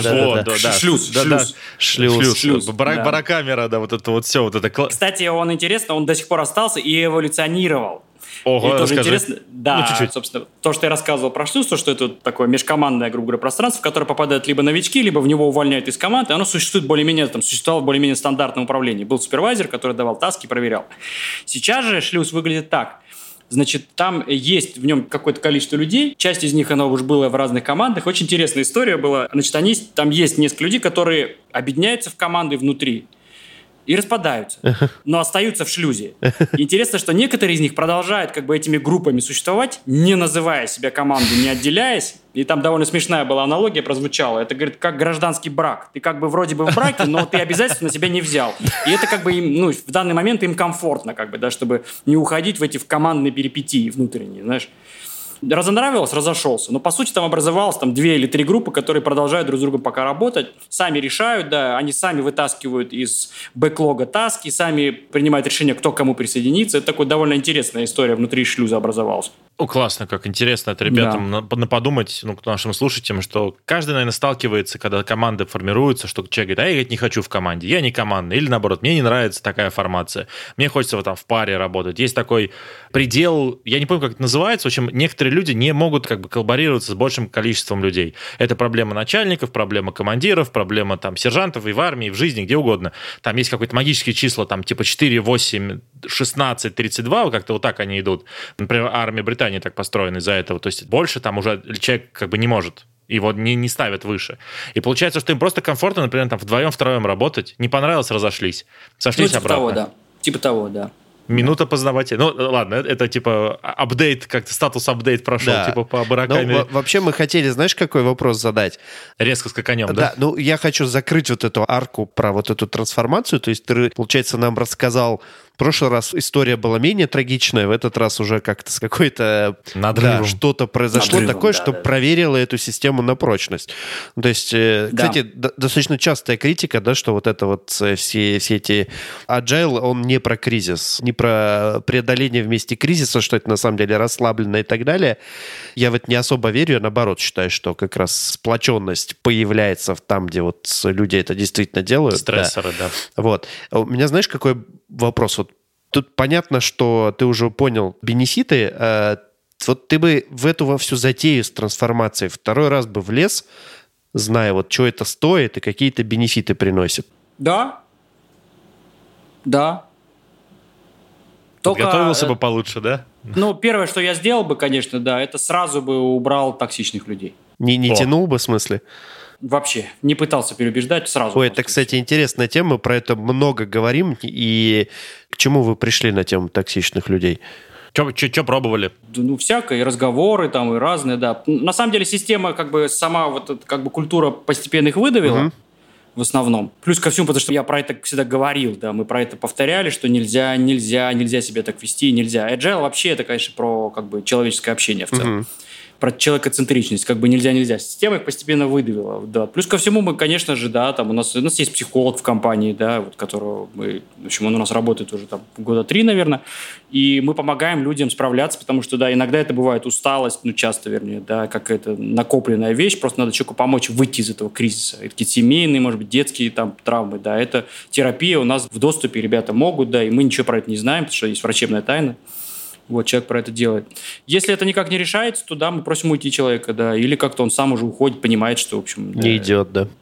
Шлюз. Барокамера, да, вот это вот все. Вот это. Кстати, он интересно, он до сих пор остался и эволюционировал. Ого, и тоже расскажи. интересно, да, Ну, чуть-чуть. собственно, то, что я рассказывал про шлюз, то, что это такое межкомандное, грубо говоря, пространство, в которое попадают либо новички, либо в него увольняют из команды, оно существует более-менее, там, существовало в более-менее стандартном управлении. Был супервайзер, который давал таски, проверял. Сейчас же шлюз выглядит так. Значит, там есть в нем какое-то количество людей, часть из них, оно уже было в разных командах. Очень интересная история была. Значит, там есть несколько людей, которые объединяются в команды внутри и распадаются, но остаются в шлюзе. Интересно, что некоторые из них продолжают как бы этими группами существовать, не называя себя командой, не отделяясь. И там довольно смешная была аналогия, прозвучала. Это, говорит, как гражданский брак. Ты как бы вроде бы в браке, но ты обязательства на себя не взял. И это как бы им, ну, в данный момент им комфортно, как бы, да, чтобы не уходить в эти командные перипетии внутренние, знаешь. Разонравилось, разошелся. Но, по сути, там образовалось 2 или 3 группы, которые продолжают друг с другом пока работать. Сами решают, да, они сами вытаскивают из бэклога таски, сами принимают решение, кто к кому присоединится. Это такая довольно интересная история внутри шлюза образовалась. Ну, классно, как интересно это ребятам подумать, ну, к нашим слушателям, что каждый, наверное, сталкивается, когда команда формируется, что человек говорит, я не хочу в команде, я не командный, или наоборот, мне не нравится такая формация, мне хочется вот там в паре работать. Есть такой предел, я не помню, как это называется, в общем, некоторые люди не могут как бы коллаборироваться с большим количеством людей. Это проблема начальников, проблема командиров, проблема там сержантов и в армии, и в жизни, где угодно. Там есть какие-то магические числа, там типа 4, 8, 16, 32, как-то вот так они идут. Например, армия Британии так построена из-за этого. То есть больше там уже человек как бы не может. Его не ставят выше. И получается, что им просто комфортно, например, там вдвоем-втроем работать. Не понравилось, разошлись. Сошлись типа обратно. Типа того, да. Минута познавателя. Ну, ладно, это типа апдейт, как-то статус-апдейт прошел, да. Типа по барокамере. Вообще мы хотели, знаешь, какой вопрос задать? Резко скаканем, да? Да, ну я хочу закрыть вот эту арку про вот эту трансформацию. То есть ты, получается, нам рассказал, в прошлый раз история была менее трагичная, в этот раз уже как-то с какой-то... Надрывом. Да, что-то произошло такое, что проверило эту систему на прочность. То есть, кстати, достаточно частая критика, да, что вот это вот все эти agile, он не про кризис, не про преодоление вместе кризиса, что это на самом деле расслабленно и так далее. Я в это не особо верю, я наоборот считаю, что как раз сплоченность появляется там, где вот люди это действительно делают. Стрессоры, да. Вот. У меня, знаешь, какой вопрос? Вот тут понятно, что ты уже понял бенефиты. Вот ты бы в эту во всю затею с трансформацией второй раз бы влез, зная, вот что это стоит и какие-то бенефиты приносит. Да. Готовился бы получше, да? Ну, первое, что я сделал бы, конечно, да, это сразу бы убрал токсичных людей. Не тянул бы, в смысле? Вообще, не пытался переубеждать, сразу. Ой, это, кстати, интересная тема, про это много говорим. И к чему вы пришли на тему токсичных людей? Что пробовали? Ну, всякое, и разговоры там, и разные, да. На самом деле система, как бы, сама вот как бы культура постепенно их выдавила. В основном. Плюс ко всему, потому что я про это всегда говорил, да, мы про это повторяли, что нельзя себя так вести, нельзя. Agile вообще это, конечно, про как бы человеческое общение в целом. Про человекоцентричность, как бы нельзя. Система их постепенно выдавила, да. Плюс ко всему мы, конечно же, да, там у нас есть психолог в компании, да, вот, которого мы, в общем, он у нас работает уже там 3 года, наверное, и мы помогаем людям справляться, потому что, да, иногда это бывает усталость, ну, часто, вернее, да, какая-то накопленная вещь, просто надо человеку помочь выйти из этого кризиса. Это какие-то семейные, может быть, детские там травмы, да, это терапия у нас в доступе, ребята могут, да, и мы ничего про это не знаем, потому что есть врачебная тайна. Вот, человек про это делает. Если это никак не решается, то да, мы просим уйти человека, да, или как-то он сам уже уходит, понимает, что, в общем... Не идет, да.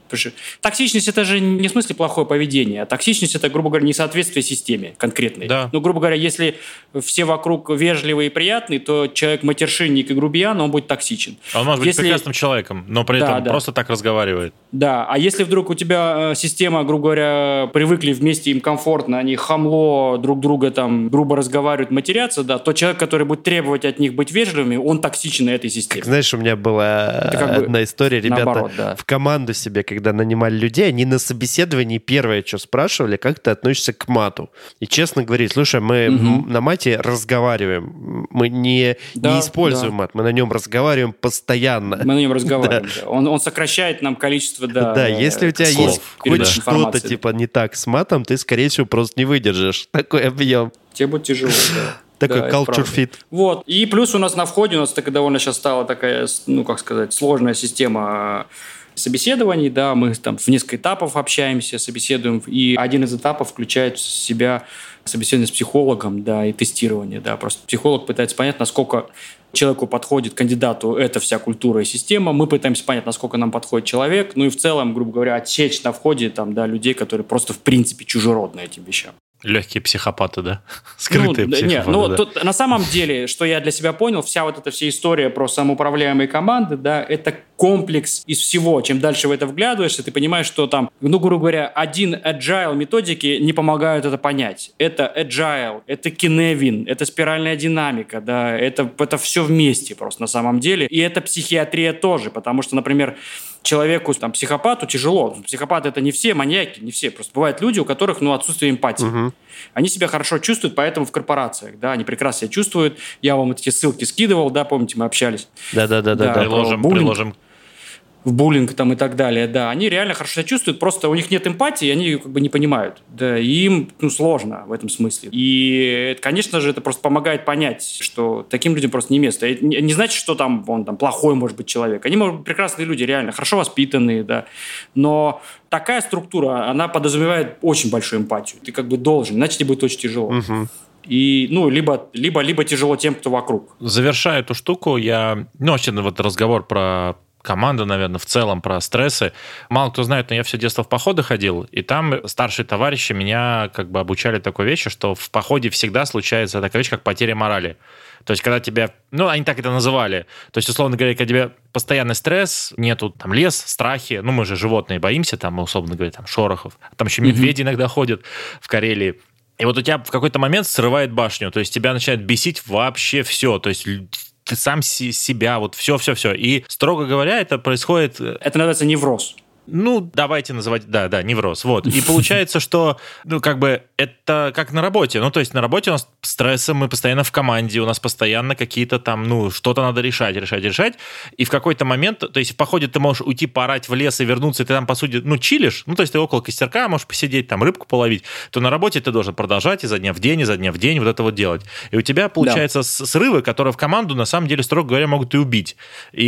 Потому что токсичность — это же не в смысле плохое поведение, а токсичность — это, грубо говоря, несоответствие системе конкретной. Да. Ну, грубо говоря, если все вокруг вежливые и приятные, то человек матершинник и грубиян, он будет токсичен. Он может быть прекрасным человеком, но при этом просто так разговаривает. Да, а если вдруг у тебя система, грубо говоря, привыкли вместе, им комфортно, они хамло друг друга там грубо разговаривают, матерятся, да, то человек, который будет требовать от них быть вежливыми, он токсичен этой системе. Как, знаешь, у меня была одна история, ребята наоборот, да. в команду себе, когда нанимали людей, они на собеседовании первое, что спрашивали, как ты относишься к мату. И честно говорить, слушай, мы на мате разговариваем, мы не используем мат, мы на нем разговариваем постоянно. Мы на нем разговариваем, да. Он сокращает нам количество, Да, если у тебя есть хоть что-то типа не так с матом, ты, скорее всего, просто не выдержишь такой объем. Тебе будет тяжело, да. Такой culture fit. Вот. И плюс у нас на входе, у нас довольно сейчас стала такая, ну, как сказать, сложная система собеседований, да, мы там в несколько этапов общаемся, собеседуем, и один из этапов включает в себя собеседование с психологом, да, и тестирование, да, просто психолог пытается понять, насколько человеку подходит, кандидату, эта вся культура и система, мы пытаемся понять, насколько нам подходит человек, ну и в целом, грубо говоря, отсечь на входе там, да, людей, которые просто в принципе чужеродны этим вещам. Легкие психопаты, да? Скрытые психопаты, да. Тут на самом деле, что я для себя понял, вся история про самоуправляемые команды, да, это комплекс из всего. Чем дальше в это вглядываешься, ты понимаешь, что там, ну, грубо говоря, один agile методики не помогают это понять. Это agile, это киневин, это спиральная динамика, да, это все вместе просто на самом деле. И это психиатрия тоже, потому что, например, человеку, там, психопату тяжело. Психопаты — это не все маньяки, не все. Просто бывают люди, у которых, отсутствие эмпатии. Они себя хорошо чувствуют, поэтому в корпорациях, да, они прекрасно себя чувствуют. Я вам эти ссылки скидывал, да, помните, мы общались. Да. Приложим. В буллинг там и так далее, да, они реально хорошо себя чувствуют, просто у них нет эмпатии, они как бы не понимают, да, и им, сложно в этом смысле. И, конечно же, это просто помогает понять, что таким людям просто не место. Это не значит, что там он там плохой может быть человек. Они, может быть, прекрасные люди, реально, хорошо воспитанные, да, но такая структура, она подразумевает очень большую эмпатию. Ты как бы должен, иначе тебе будет очень тяжело. И, либо тяжело тем, кто вокруг. Завершая эту штуку, вообще, разговор про команда, наверное, в целом про стрессы. Мало кто знает, но я все детство в походы ходил, и там старшие товарищи меня как бы обучали такой вещи, что в походе всегда случается такая вещь, как потеря морали. То есть, когда тебя... они так это называли. То есть, условно говоря, когда тебе постоянный стресс, нету там лес, страхи, мы же животные боимся, там, условно говоря, там, шорохов. Там еще медведи иногда ходят в Карелии. И вот у тебя в какой-то момент срывает башню, то есть тебя начинает бесить вообще все, то есть ты сам себя, все. И, строго говоря, это происходит... Это называется невроз. Давайте называть, да, невроз. Вот. И получается, что, это как на работе. То есть на работе у нас стрессы, мы постоянно в команде, у нас постоянно какие-то там, что-то надо решать. И в какой-то момент, то есть в походе ты можешь уйти поорать в лес и вернуться, и ты там, по сути, чилишь, то есть ты около костерка можешь посидеть, там рыбку половить, то на работе ты должен продолжать изо дня в день вот это вот делать. И у тебя получается срывы, которые в команду, на самом деле, строго говоря, могут и убить.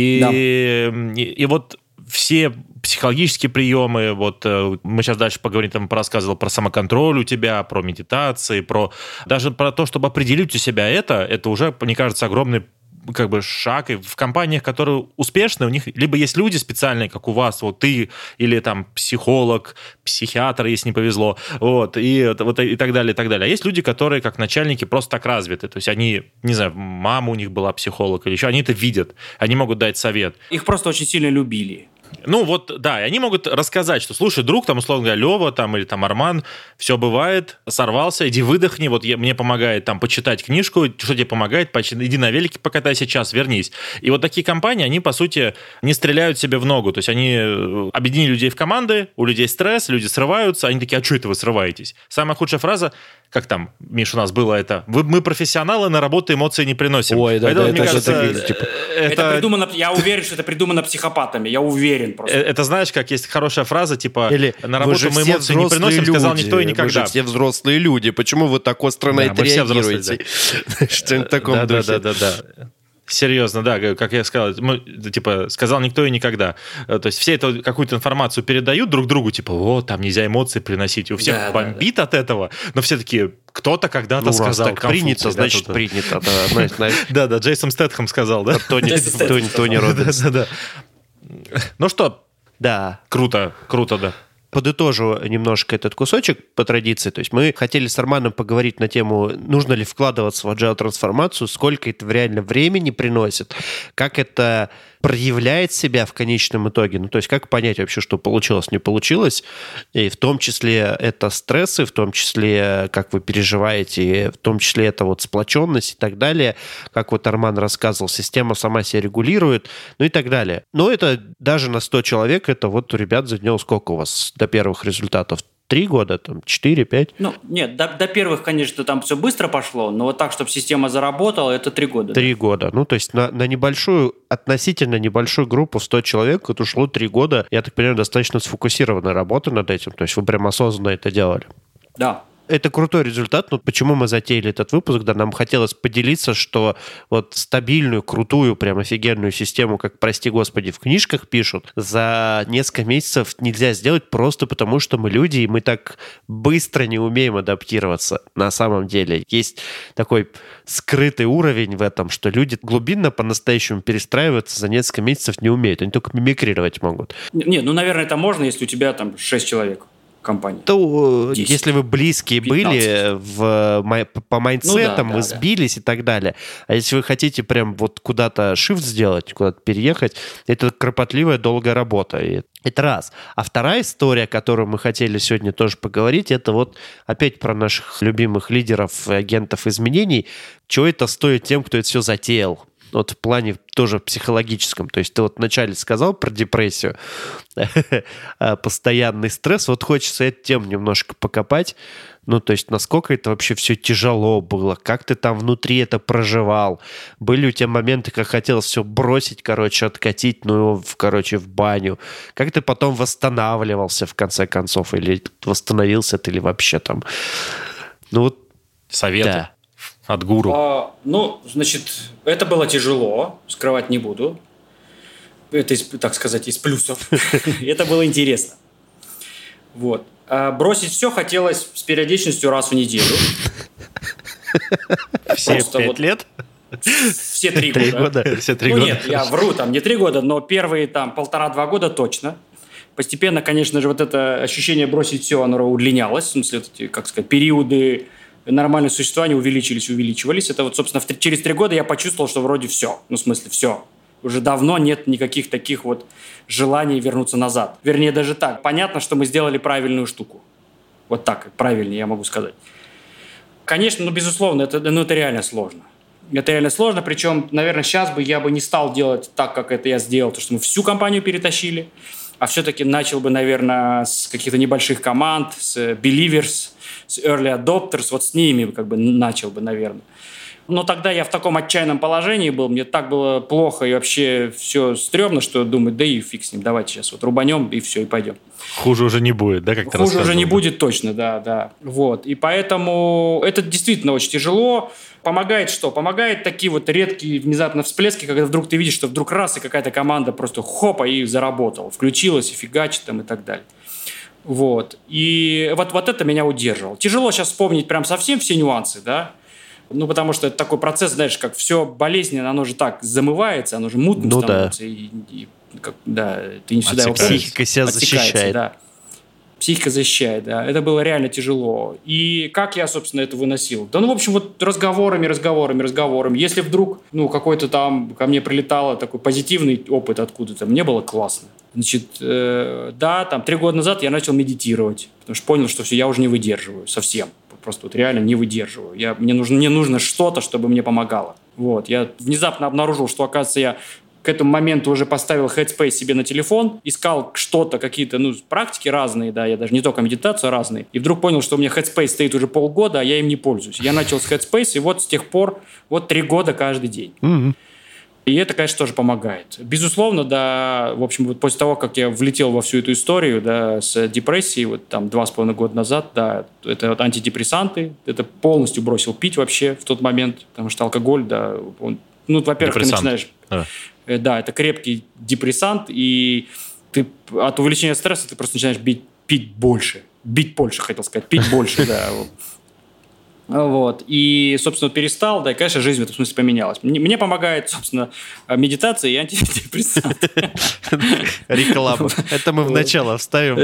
И вот все психологические приемы, мы сейчас дальше поговорим, рассказывал про самоконтроль у тебя, про медитации, даже про то, чтобы определить у себя это уже, мне кажется, огромный шаг. И в компаниях, которые успешны, у них либо есть люди специальные, как у вас, ты, или там психолог, психиатр, если не повезло, и так далее, и так далее. А есть люди, которые, как начальники, просто так развиты. То есть они, не знаю, мама у них была психолог или еще, они это видят, они могут дать совет. Их просто очень сильно любили. И они могут рассказать, что, слушай, друг, там, условно говоря, Лева, там, или там Арман, все бывает, сорвался, иди выдохни, мне помогает там почитать книжку, что тебе помогает, иди на велике покатайся час, вернись. И такие компании, они, по сути, не стреляют себе в ногу, то есть они объединили людей в команды, у людей стресс, люди срываются, они такие, а что это вы срываетесь? Самая худшая фраза, как там, Миш, у нас было это, мы профессионалы, на работу эмоции не приносим. Ой, да, это, мне кажется, это придумано, я уверен, что это придумано психопатами, я уверен просто. Это знаешь, как есть хорошая фраза, или на работу мы эмоции не приносим, сказал никто и никогда. Вы же все взрослые люди, почему вы так остро на это реагируете? Что-нибудь в таком духе. Да. Серьезно, да, как я сказал, сказал никто и никогда. То есть все эту какую-то информацию передают друг другу, там нельзя эмоции приносить. И у всех бомбит от этого, но все такие, кто-то когда-то сказал. Так принято, значит принято. Да, Джейсон Стэтхэм сказал, да? Тони Роббинс. Ну что, Да. Круто, да. Подытожу немножко этот кусочек по традиции. То есть мы хотели с Арманом поговорить на тему, нужно ли вкладываться в agile-трансформацию, сколько это реально времени приносит, как это проявляет себя в конечном итоге. Ну, то есть как понять вообще, что получилось, не получилось. И в том числе это стрессы, в том числе как вы переживаете, в том числе это вот сплоченность и так далее. Как вот Арман рассказывал, система сама себя регулирует, ну и так далее. Но это даже на 100 человек, это вот у ребят заняло сколько у вас до первых результатов? 3 года, там, 4-5? Ну, нет, до первых, конечно, там все быстро пошло, но вот так, чтобы система заработала, это 3 года. 3 года. Ну, то есть на небольшую, относительно небольшую группу в 100 человек это ушло 3 года. Я так понимаю, достаточно сфокусированная работа над этим. То есть вы прям осознанно это делали. Да. Это крутой результат, но почему мы затеяли этот выпуск, да, нам хотелось поделиться, что вот стабильную, крутую, прям офигенную систему, как, прости господи, в книжках пишут, за несколько месяцев нельзя сделать просто потому, что мы люди, и мы так быстро не умеем адаптироваться на самом деле. Есть такой скрытый уровень в этом, что люди глубинно по-настоящему перестраиваться за несколько месяцев не умеют, они только мимикрировать могут. Нет, ну, наверное, это можно, если у тебя там 6 человек. Компании. То 10, если вы близкие 15. были по майндсетам, вы да. сбились и так далее. А если вы хотите прям вот куда-то shift сделать, куда-то переехать, это кропотливая, долгая работа. И это раз. А вторая история, о которой мы хотели сегодня тоже поговорить, это вот опять про наших любимых лидеров и агентов изменений. Чего это стоит тем, кто это все затеял? Вот в плане тоже психологическом. То есть ты вот вначале сказал про депрессию, постоянный стресс. Вот хочется эту тему немножко покопать. Ну, то есть насколько это вообще все тяжело было? Как ты там внутри это проживал? Были у тебя моменты, как хотелось все бросить, откатить, в баню? Как ты потом восстанавливался в конце концов? Или восстановился ты, или вообще там? Ну, вот. Советы. Да. От гуру. Это было тяжело, скрывать не буду. Это, так сказать, из плюсов. Это было интересно. Вот. Бросить все хотелось с периодичностью раз в неделю. Все 5 лет? Все 3 года. Все 3 года. Нет, я вру, там не 3 года, но первые там 1,5-2 года точно. Постепенно, конечно же, вот это ощущение бросить все, оно удлинялось. В смысле, эти, как сказать, периоды нормальное существование увеличивались. Это вот, собственно, через 3 года я почувствовал, что вроде все. Ну, в смысле, все. Уже давно нет никаких таких вот желаний вернуться назад. Вернее, даже так. Понятно, что мы сделали правильную штуку. Вот так, правильнее я могу сказать. Конечно, безусловно, это реально сложно. Это реально сложно, причем, наверное, сейчас я бы не стал делать так, как это я сделал, потому что мы всю компанию перетащили, а все-таки начал бы, наверное, с каких-то небольших команд, с believers, с early adopters, вот с ними начал бы, наверное. Но тогда я в таком отчаянном положении был, мне так было плохо и вообще все стрёмно, что думаю, да и фиг с ним, давайте сейчас вот рубанем и все, и пойдем. Хуже уже не будет, да, как ты рассказывал? Хуже уже не будет точно, да. Вот. И поэтому это действительно очень тяжело. Помогает что? Помогает такие вот редкие внезапно всплески, когда вдруг ты видишь, что вдруг раз, и какая-то команда просто хопа и заработала, включилась и фигачит там и так далее. Вот. И вот это меня удерживало. Тяжело сейчас вспомнить прям совсем все нюансы, да. Ну, потому что это такой процесс, знаешь, как все болезненно, оно же так замывается, оно же мутным становится. Да. Ты не всегда его психика себя защищает. Да. Психика защищает, да. Это было реально тяжело. И как я, собственно, это выносил? Да, в общем, вот разговорами. Если вдруг, какой-то там ко мне прилетало такой позитивный опыт откуда-то, мне было классно. Значит, 3 года назад я начал медитировать, потому что понял, что все, я уже не выдерживаю совсем. Просто вот реально не выдерживаю. Мне нужно что-то, чтобы мне помогало. Вот. Я внезапно обнаружил, что, оказывается, я к этому моменту уже поставил Headspace себе на телефон, искал что-то, какие-то практики разные, да, я даже не только медитацию, разные. И вдруг понял, что у меня Headspace стоит уже полгода, а я им не пользуюсь. Я начал с Headspace, и вот с тех пор 3 года каждый день. Mm-hmm. И это, конечно, тоже помогает. Безусловно, да, в общем, вот после того, как я влетел во всю эту историю, да, с депрессией, вот там 2,5 года назад, да, это вот антидепрессанты, это полностью бросил пить вообще в тот момент, потому что алкоголь, да, он, во-первых, ты начинаешь... Да, это крепкий депрессант, и ты от увеличения стресса ты просто начинаешь пить больше, хотел сказать, пить больше, да. Вот. И, собственно, перестал, да, и, конечно, жизнь в этом смысле поменялась. Мне помогает, собственно, медитация и антидепрессанты. Реклама. Это мы в начало вставим.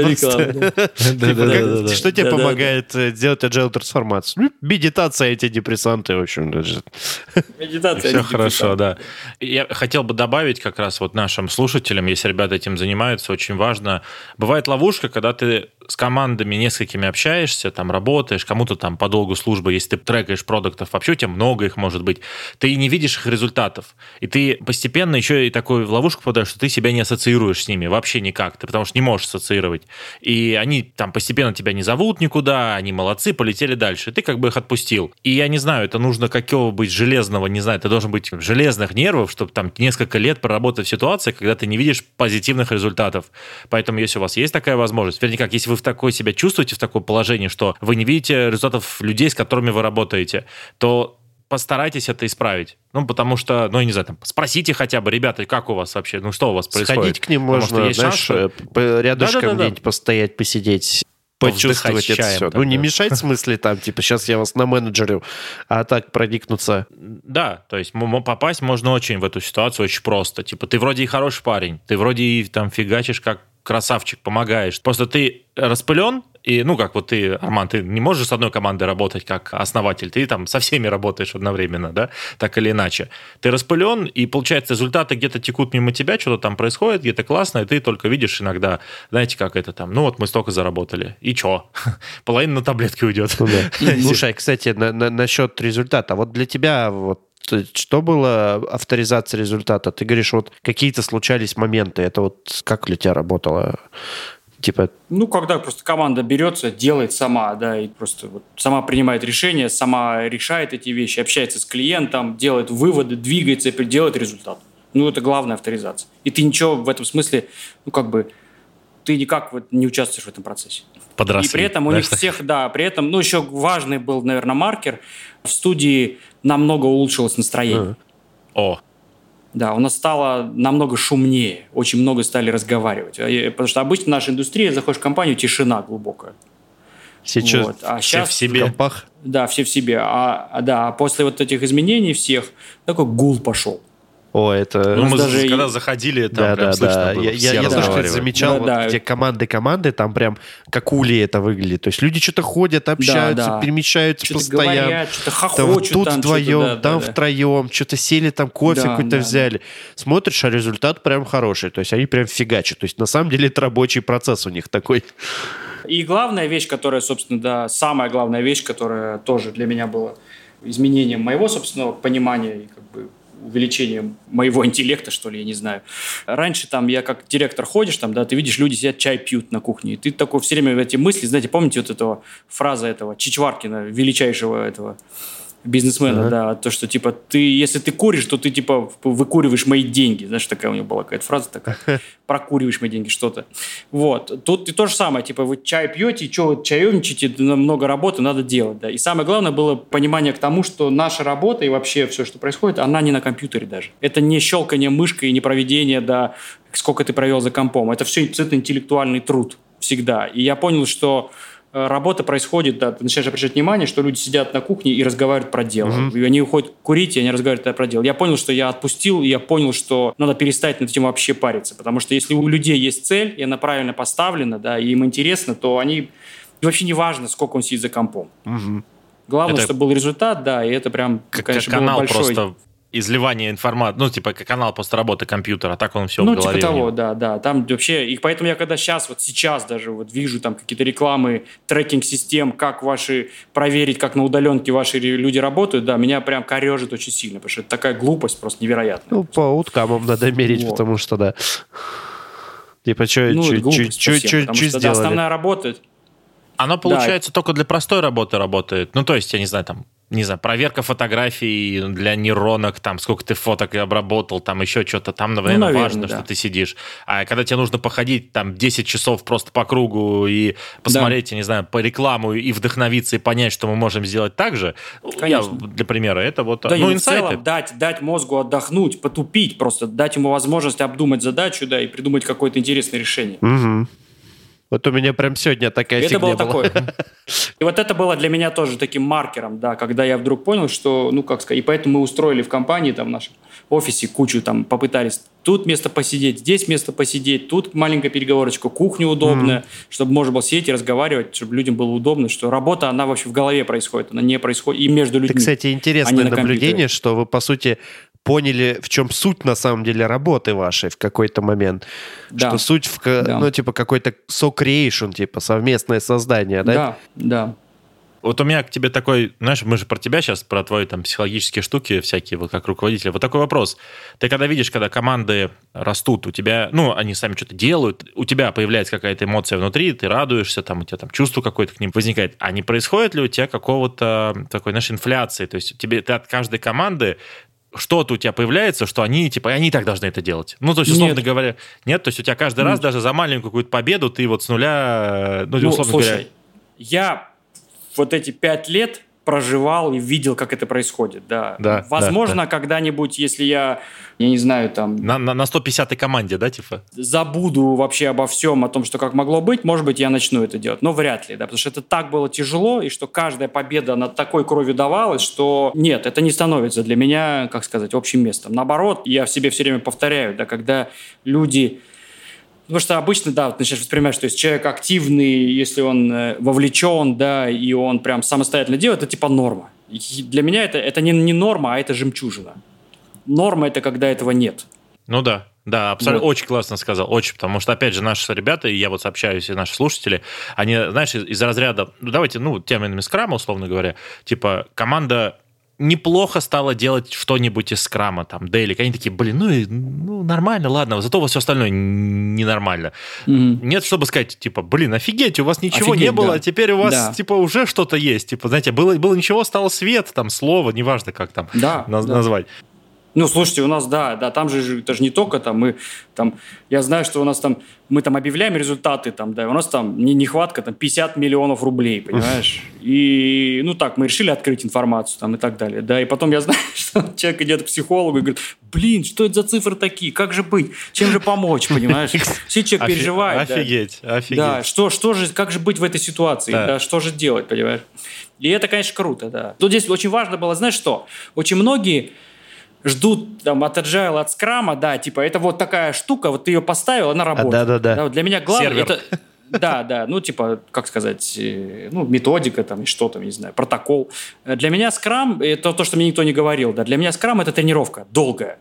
Реклама. Что тебе помогает делать agile трансформацию? Медитация, антидепрессанты, в общем. Медитация. Все хорошо, да. Я хотел бы добавить как раз вот нашим слушателям, если ребята этим занимаются, очень важно. Бывает ловушка, когда ты с командами несколькими общаешься, там работаешь, кому-то там по долгу службы, если ты трекаешь продуктов, вообще у тебя много их может быть, ты не видишь их результатов. И ты постепенно еще и такой в ловушку попадаешь, что ты себя не ассоциируешь с ними вообще никак, ты потому что не можешь ассоциировать. И они там постепенно тебя не зовут никуда, они молодцы, полетели дальше. И ты как бы их отпустил. И я не знаю, это нужно какого быть железного, не знаю, ты должен быть железных нервов, чтобы там несколько лет проработать в ситуации, когда ты не видишь позитивных результатов. Поэтому если у вас есть такая возможность, вернее как, если вы в такой себя чувствуете, в таком положении, что вы не видите результатов людей, с которыми вы работаете, то постарайтесь это исправить. Ну, потому что, ну, я не знаю, там, спросите хотя бы, ребята, как у вас вообще, ну, что у вас происходит? Сходить к ним можно, знаешь, рядышком где-нибудь постоять, посидеть, почувствовать это все. Ну, не мешать в смысле, там, типа, сейчас я вас на менеджерю, а так проникнуться. Да, то есть попасть можно очень в эту ситуацию очень просто. Типа, ты вроде и хороший парень, ты вроде и там фигачишь как красавчик, помогаешь. Просто ты распылен, и, ну, как вот ты, Арман, ты не можешь с одной командой работать как основатель, ты там со всеми работаешь одновременно, да, так или иначе. Ты распылен, и, получается, результаты где-то текут мимо тебя, что-то там происходит, где-то классно, и ты только видишь иногда, знаете, как это там, ну, вот мы столько заработали, и чё? Половина на таблетки уйдет. Слушай, кстати, насчет результата, вот для тебя вот что было авторизация результата? Ты говоришь, вот какие-то случались моменты. Это вот как для тебя работало? Типа... Ну, когда просто команда берется, делает сама, да, и просто вот сама принимает решения, сама решает эти вещи, общается с клиентом, делает выводы, двигается и делает результат. Ну, это главная авторизация. И ты ничего в этом смысле, ну, как бы, ты никак вот не участвуешь в этом процессе. Подросли. И при этом у них всех, да, при этом, ну, еще важный был, наверное, маркер. В студии намного улучшилось настроение. О. Да, у нас стало намного шумнее, очень много стали разговаривать. Потому что обычно в нашей индустрии, заходишь в компанию, тишина глубокая. Сейчас вот. А все сейчас, в себе. В компах. Да, все в себе. А после вот этих изменений всех такой гул пошел. О, это... Ну, мы даже когда заходили, там прям слышно было, все Я тоже, кстати, разговаривали. замечал, вот, где команды, там прям как ули это выглядит. То есть люди что-то ходят, общаются, перемещаются что-то постоянно. Говорят, что-то там хохочут. тут там вдвоем, там втроем, что-то сели, там кофе какой-то взяли. Смотришь, а результат прям хороший. То есть они прям фигачат. То есть на самом деле это рабочий процесс у них такой. И главная вещь, которая, собственно, да, самая главная вещь, которая тоже для меня была изменением моего собственного понимания и как бы увеличением моего интеллекта, что ли, я не знаю. Раньше там я как директор ходишь, там, да, ты видишь, люди сидят, чай пьют на кухне, и ты такой все время в эти мысли, знаете, помните вот этого фраза этого Чичваркина, величайшего этого бизнесмена, да, то, что, типа, если ты куришь, то ты, типа, выкуриваешь мои деньги. Знаешь, такая у него была какая-то фраза такая. Прокуриваешь мои деньги, что-то. Вот. Тут и то же самое. Типа, вы чай пьете, что вы чаевничаете, много работы надо делать, да. И самое главное было понимание к тому, что наша работа и вообще все, что происходит, она не на компьютере даже. Это не щелкание мышкой и не проведение, да, сколько ты провел за компом. Это все это интеллектуальный труд всегда. И я понял, что работа происходит, да, ты начинаешь обращать внимание, что люди сидят на кухне и разговаривают про дело. И они уходят курить, и они разговаривают про дело. Я понял, что я отпустил, и я понял, что надо перестать над этим вообще париться. Потому что если у людей есть цель, и она правильно поставлена, да, и им интересно, то они... вообще не важно, сколько он сидит за компом. Главное, чтобы был результат, да, и это прям, конечно, канал было большой... просто изливание информации, ну, типа, канал после работы компьютера, а так он все в голове. Ну, типа того, да. Там вообще... И поэтому я когда сейчас даже вот вижу там какие-то рекламы, трекинг-систем, как ваши... проверить, как на удаленке ваши люди работают, да, меня прям корежит очень сильно, потому что это такая глупость просто невероятная. Ну, по уткамам надо мерить, вот. Потому что, да. Типа, что сделали? Основная работа... Оно, получается, только для простой работы работает. Ну, то есть, я не знаю, там, проверка фотографий для нейронок, там, сколько ты фоток обработал, там, еще что-то, там, наверное, важно, что ты сидишь. А когда тебе нужно походить, там, 10 часов просто по кругу и посмотреть, я не знаю, по рекламу и вдохновиться, и понять, что мы можем сделать так же, для примера, это вот, да, инсайты. В целом дать мозгу отдохнуть, потупить, просто дать ему возможность обдумать задачу, да, и придумать какое-то интересное решение. Вот у меня прям сегодня такая Это фигня было была. такое. И вот это было для меня тоже таким маркером, да, когда я вдруг понял, что, ну, как сказать, и поэтому мы устроили в компании, там, в нашем офисе кучу, там, попытались тут место посидеть, здесь место посидеть, тут маленькая переговорочка, кухня удобная, чтобы можно было сидеть и разговаривать, чтобы людям было удобно, что работа, она вообще в голове происходит, она не происходит и между людьми. Это, кстати, интересное наблюдение, что вы, по сути, поняли, в чем суть, на самом деле, работы вашей в какой-то момент. Да. Что суть в, ну, типа, какой-то со-креейшн, типа, совместное создание, да? Да, да. Вот у меня к тебе такой, знаешь, мы же про тебя сейчас, про твои там психологические штуки всякие, вот как руководителя. Вот такой вопрос. Ты когда видишь, когда команды растут, у тебя, ну, они сами что-то делают, у тебя появляется какая-то эмоция внутри, ты радуешься, там, у тебя там чувство какое-то к ним возникает. А не происходит ли у тебя какого-то такой, знаешь, инфляции? То есть ты от каждой команды что-то у тебя появляется, что они, типа, они и так должны это делать. Ну, то есть, условно говоря, нет? То есть у тебя каждый раз даже за маленькую какую-то победу ты вот с нуля, ну, условно слушай, я вот эти 5 лет проживал и видел, как это происходит, да. Возможно, когда-нибудь, если я не знаю, там... На 150-й команде, да, типа? Забуду вообще обо всем, о том, что как могло быть, может быть, я начну это делать. Но вряд ли, да, потому что это так было тяжело, и что каждая победа над такой кровью давалась, что нет, это не становится для меня, как сказать, общим местом. Наоборот, я в себе все время повторяю, да, когда люди... Потому что обычно, да, вот начинаешь воспринимать, что если человек активный, если он вовлечен, да, и он прям самостоятельно делает, это типа норма. И для меня это не норма, а это жемчужина. Норма – это когда этого нет. Ну да, абсолютно, вот. Очень классно сказал, очень, потому что, опять же, наши ребята, и я вот сообщаюсь, и наши слушатели, они, знаешь, из разряда, ну давайте, ну, терминами скрама, условно говоря, типа команда... неплохо стало делать что-нибудь из скрама, там, дейлик. Они такие, блин, ну нормально, ладно, зато у вас все остальное ненормально. Нет, чтобы сказать, типа, блин, офигеть, у вас ничего не было, а теперь у вас, типа, уже что-то есть. Типа, знаете, было ничего, стало свет, там, слово, неважно, как там назвать. Ну, слушайте, у нас, да, там же, это же не только там, мы там, я знаю, что у нас там, мы там объявляем результаты, там, да, у нас там нехватка, там, 50 миллионов рублей, понимаешь? И, ну, так, мы решили открыть информацию, там, и так далее, да, и потом я знаю, что человек идет к психологу и говорит, блин, что это за цифры такие, как же быть, чем же помочь, понимаешь? Все человек переживает. Офигеть. Да, что же, как же быть в этой ситуации, да, что же делать, понимаешь? И это, конечно, круто, да. Тут здесь очень важно было, знаешь что, очень многие ждут там от Agile, от Scrum, да, типа, это вот такая штука, вот ты ее поставил, она работает. Да. Вот для меня главное, сервер. это... Да, ну, типа, как сказать, ну, методика там, и что там, не знаю, протокол. Для меня Scrum, это то, что мне никто не говорил, да, для меня Scrum – это тренировка долгая.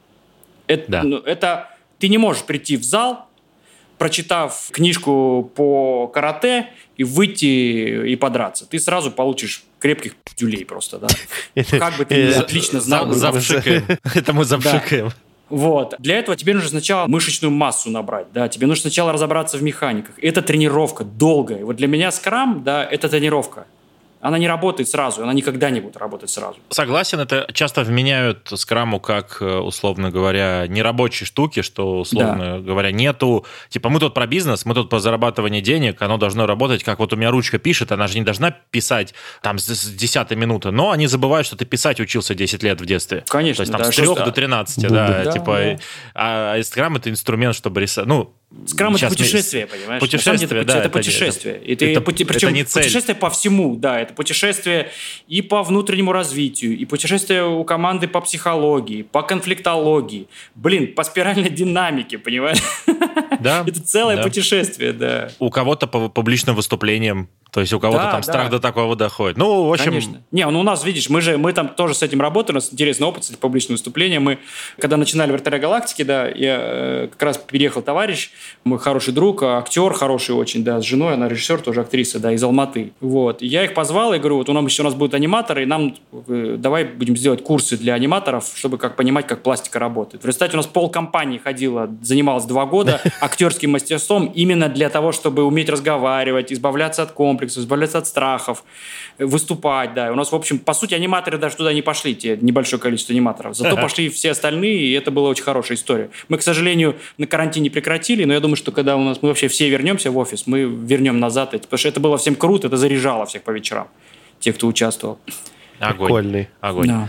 Это ты не можешь прийти в зал, прочитав книжку по карате, и выйти и подраться. Ты сразу получишь крепких пиздюлей просто, да. Как бы ты отлично знал. Завшикаем. Это мы завшикаем. Вот. Для этого тебе нужно сначала мышечную массу набрать, да, тебе нужно сначала разобраться в механиках. Это тренировка долгая. Вот для меня Scrum, да, это тренировка. Она не работает сразу, она никогда не будет работать сразу. Согласен, это часто вменяют скраму как, условно говоря, нерабочие штуки, что, условно говоря, нету... Типа, мы тут про бизнес, мы тут про зарабатывание денег, оно должно работать, как вот у меня ручка пишет, она же не должна писать там с 10-й минуты, но они забывают, что ты писать учился 10 лет в детстве. Конечно, то есть там с 3 до 13, да. А скрам — это инструмент, чтобы рисовать... Ну, Scrum — это путешествие, понимаешь? Путешествие, да. Это путешествие. Причем не цель. Путешествие по всему, да. Это путешествие и по внутреннему развитию, и путешествие у команды по психологии, по конфликтологии. Блин, по спиральной динамике, понимаешь? Да. Это целое путешествие, да. У кого-то по публичным выступлениям. То есть у кого-то там страх до такого доходит. Ну, в общем... Конечно. Не, ну у нас, видишь, мы там тоже с этим работаем, у нас интересный опыт с публичным выступлением. Мы, когда начинали «Вратаря галактики», да, я как раз переехал товарищ, мой хороший друг, актер хороший очень, да, с женой, она режиссер, тоже актриса, да, из Алматы. Вот. И я их позвал и говорю, вот у нас будут аниматоры, и нам давай будем сделать курсы для аниматоров, чтобы как понимать, как пластика работает. В результате у нас полкомпании ходила, занималась 2 года актерским мастерством именно для того, чтобы уметь разговаривать, избавляться от комплексов, избавляться от страхов, выступать, да. У нас, в общем, по сути, аниматоры даже туда не пошли, те небольшое количество аниматоров. Зато пошли все остальные, и это была очень хорошая история. Мы, к сожалению, на карантине прекратили, но я думаю, что когда мы вообще все вернемся в офис, мы вернем назад, потому что это было всем круто, это заряжало всех по вечерам, тех, кто участвовал. Огонь. Огонь. Да.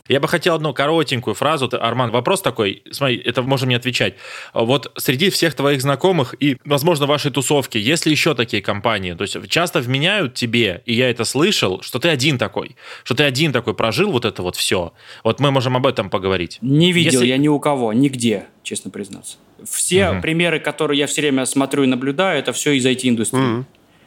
Я бы хотел одну коротенькую фразу. Арман, вопрос такой, смотри, это можно мне отвечать. Вот среди всех твоих знакомых и, возможно, вашей тусовки, есть ли еще такие компании? То есть часто вменяют тебе, и я это слышал, что ты один такой прожил вот это вот все. Вот мы можем об этом поговорить. Не видел я ни у кого, нигде, честно признаться. Все примеры, которые я все время смотрю и наблюдаю, это все из IT-индустрии.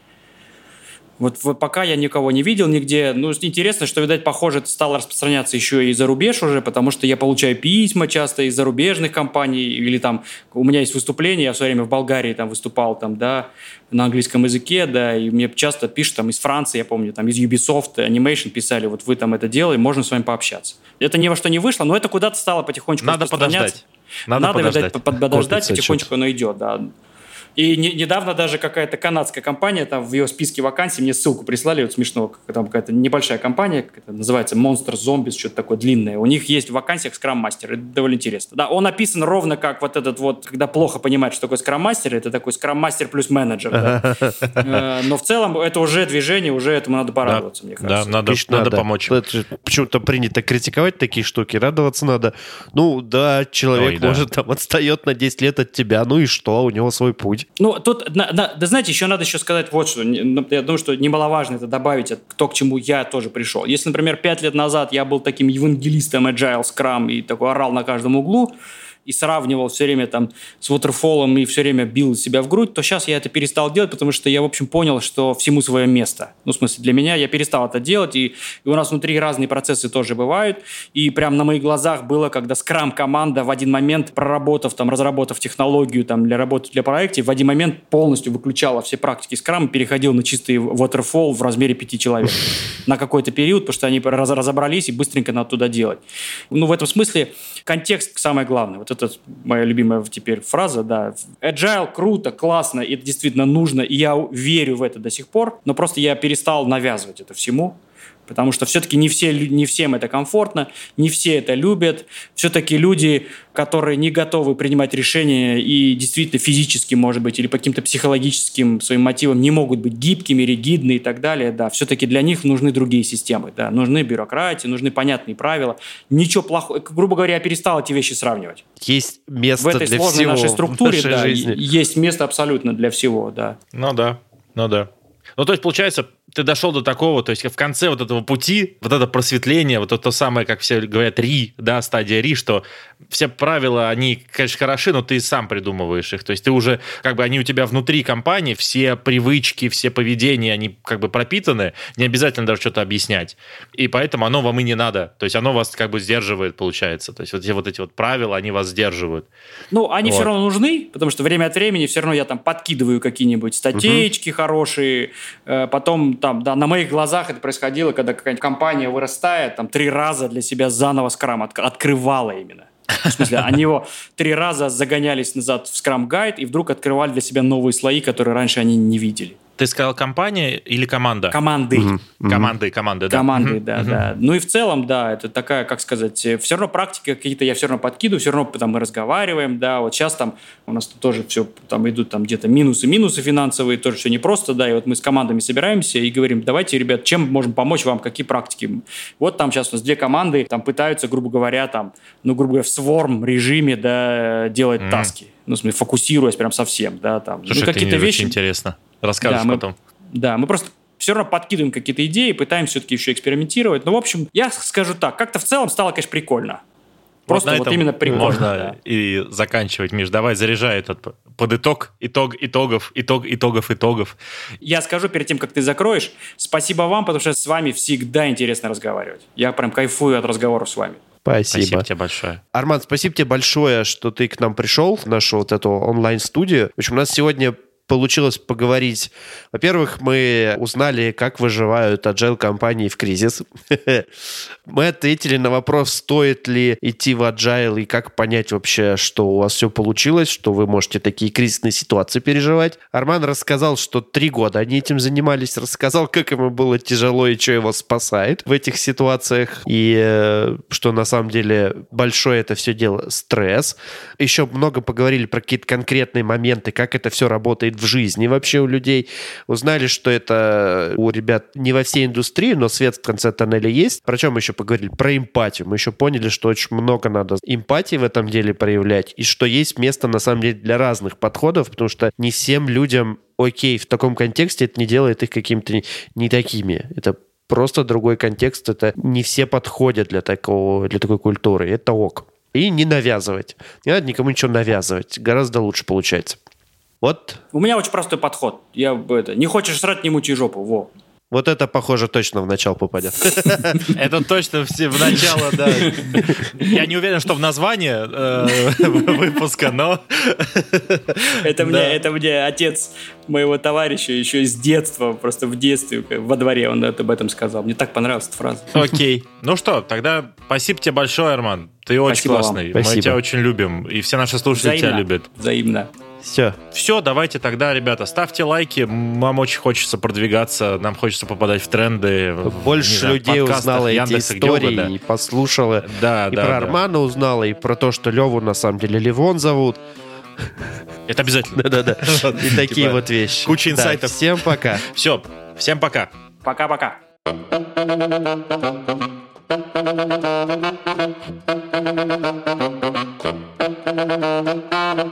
Вот пока я никого не видел нигде. Ну, интересно, что, видать, похоже, это стало распространяться еще и за рубеж уже, потому что я получаю письма часто из зарубежных компаний, или там у меня есть выступления, я в свое время в Болгарии там выступал, там, да, на английском языке, да, и мне часто пишут там из Франции, я помню, там из Ubisoft Animation писали, вот вы там это делали, можно с вами пообщаться. Это ни во что не вышло, но это куда-то стало потихонечку распространяться. Надо подождать. Видать, подождать, потихонечку оно идет, да. И недавно даже какая-то канадская компания, там в ее списке вакансий мне ссылку прислали, вот смешно, там какая-то небольшая компания, называется Monster Zombies, что-то такое длинное. У них есть в вакансиях скрам-мастер, это довольно интересно. Да, он описан ровно как вот этот вот, когда плохо понимать, что такое скрам-мастер, это такой скрам-мастер плюс менеджер. Да. Но в целом это уже движение, уже этому надо порадоваться, мне кажется. Да, надо помочь. Почему-то принято критиковать такие штуки, радоваться надо. Ну да, человек может там отстает на 10 лет от тебя, ну и что, у него свой путь. Ну, тут, да, знаете, надо еще сказать вот что. Я думаю, что немаловажно это добавить, то, к чему я тоже пришел. Если, например, 5 лет назад я был таким евангелистом Agile, Scrum и такой орал на каждом углу, и сравнивал все время там с Waterfall и все время бил себя в грудь, то сейчас я это перестал делать, потому что я, в общем, понял, что всему свое место. Ну, в смысле, для меня я перестал это делать, и у нас внутри разные процессы тоже бывают, и прям на моих глазах было, когда Scrum-команда в один момент, проработав, там, разработав технологию там, для работы для проекта, в один момент полностью выключала все практики Scrum и переходила на чистый Waterfall в размере 5 человек на какой-то период, потому что они разобрались и быстренько надо туда делать. Ну, в этом смысле контекст самое главное. Вот это моя любимая теперь фраза, да. Agile круто, классно, это действительно нужно, и я верю в это до сих пор, но просто я перестал навязывать это всему, потому что все-таки не всем это комфортно, не все это любят. Все-таки люди, которые не готовы принимать решения и действительно физически, может быть, или по каким-то психологическим своим мотивам не могут быть гибкими, ригидны и так далее, да, все-таки для них нужны другие системы, да, нужны бюрократии, нужны понятные правила. Ничего плохого, грубо говоря, я перестал эти вещи сравнивать. Есть место для всего в этой сложной нашей структуре, в нашей да, жизни. есть место абсолютно для всего, да. Ну да. Ну, то есть, получается, ты дошел до такого, то есть в конце вот этого пути, вот это просветление, вот это самое, как все говорят, ри, да, стадия ри, что все правила, они, конечно, хороши, но ты сам придумываешь их. То есть ты уже, как бы, они у тебя внутри компании, все привычки, все поведения, они как бы пропитаны, не обязательно даже что-то объяснять. И поэтому оно вам и не надо. То есть оно вас как бы сдерживает, получается. То есть вот эти вот правила, они вас сдерживают. Ну, они все равно нужны, потому что время от времени все равно я там подкидываю какие-нибудь статейки хорошие, потом там, да, на моих глазах это происходило, когда какая-нибудь компания, вырастая, там 3 раза для себя заново скрам открывала именно. В смысле, они его 3 раза загонялись назад в Scrum Guide и вдруг открывали для себя новые слои, которые раньше они не видели. Ты сказал компания или команда? Команды. Команды, да. Команды, да. Ну и в целом, да, это такая, как сказать, все равно практика какие-то я все равно подкидываю, все равно там мы разговариваем, да, вот сейчас там у нас тоже все, там идут там где-то минусы финансовые, тоже все непросто, да, и вот мы с командами собираемся и говорим, давайте, ребят, чем можем помочь вам, какие практики? Вот там сейчас у нас 2 команды, там пытаются, грубо говоря, в сворм режиме, да, делать таски. Ну, в смысле, фокусируясь прям совсем, да, там. Слушай, какие-то это вещи. Очень интересно. Расскажешь потом. Мы просто все равно подкидываем какие-то идеи, пытаемся все-таки еще экспериментировать. Ну, в общем, я скажу так, как-то в целом стало, конечно, прикольно. Просто вот именно прикольно. Можно и заканчивать, Миш. Давай, заряжай этот под итогов. Я скажу перед тем, как ты закроешь, спасибо вам, потому что с вами всегда интересно разговаривать. Я прям кайфую от разговоров с вами. Спасибо тебе большое. Арман, спасибо тебе большое, что ты к нам пришел, в нашу вот эту онлайн-студию. В общем, у нас сегодня получилось поговорить. Во-первых, мы узнали, как выживают agile-компании в кризис. Мы ответили на вопрос, стоит ли идти в agile и как понять вообще, что у вас все получилось, что вы можете такие кризисные ситуации переживать. Арман рассказал, что 3 года они этим занимались, рассказал, как ему было тяжело и что его спасает в этих ситуациях, и что на самом деле большое это все дело стресс. Еще много поговорили про какие-то конкретные моменты, как это все работает работает в жизни вообще у людей. Узнали, что это у ребят не во всей индустрии, но свет в конце тоннеля есть. Про чем мы еще поговорили? Про эмпатию. Мы еще поняли, что очень много надо эмпатии в этом деле проявлять, и что есть место, на самом деле, для разных подходов, потому что не всем людям окей в таком контексте, это не делает их какими-то не такими. Это просто другой контекст, это не все подходят для такой культуры. Это ок. И не навязывать. Не надо никому ничего навязывать. Гораздо лучше получается. Вот. У меня очень простой подход. Не хочешь срать, не мучай жопу. Во. Вот это, похоже, точно в начало попадет. Это точно в начало, да. Я не уверен, что в название выпуска, но... Это мне отец моего товарища еще с детства, просто в детстве, во дворе он об этом сказал. Мне так понравилась эта фраза. Окей. Ну что, тогда спасибо тебе большое, Арман. Ты очень классный. Мы тебя очень любим. И все наши слушатели тебя любят. Взаимно. Все, давайте тогда, ребята, ставьте лайки. Нам очень хочется продвигаться, нам хочется попадать в тренды. Больше людей узнало эти истории и послушало. И про Армана узнала, и про то, что Леву на самом деле Левон зовут. Это обязательно. Да-да-да. И такие вот вещи. Куча инсайтов. Всем пока. Все, всем пока. Пока-пока.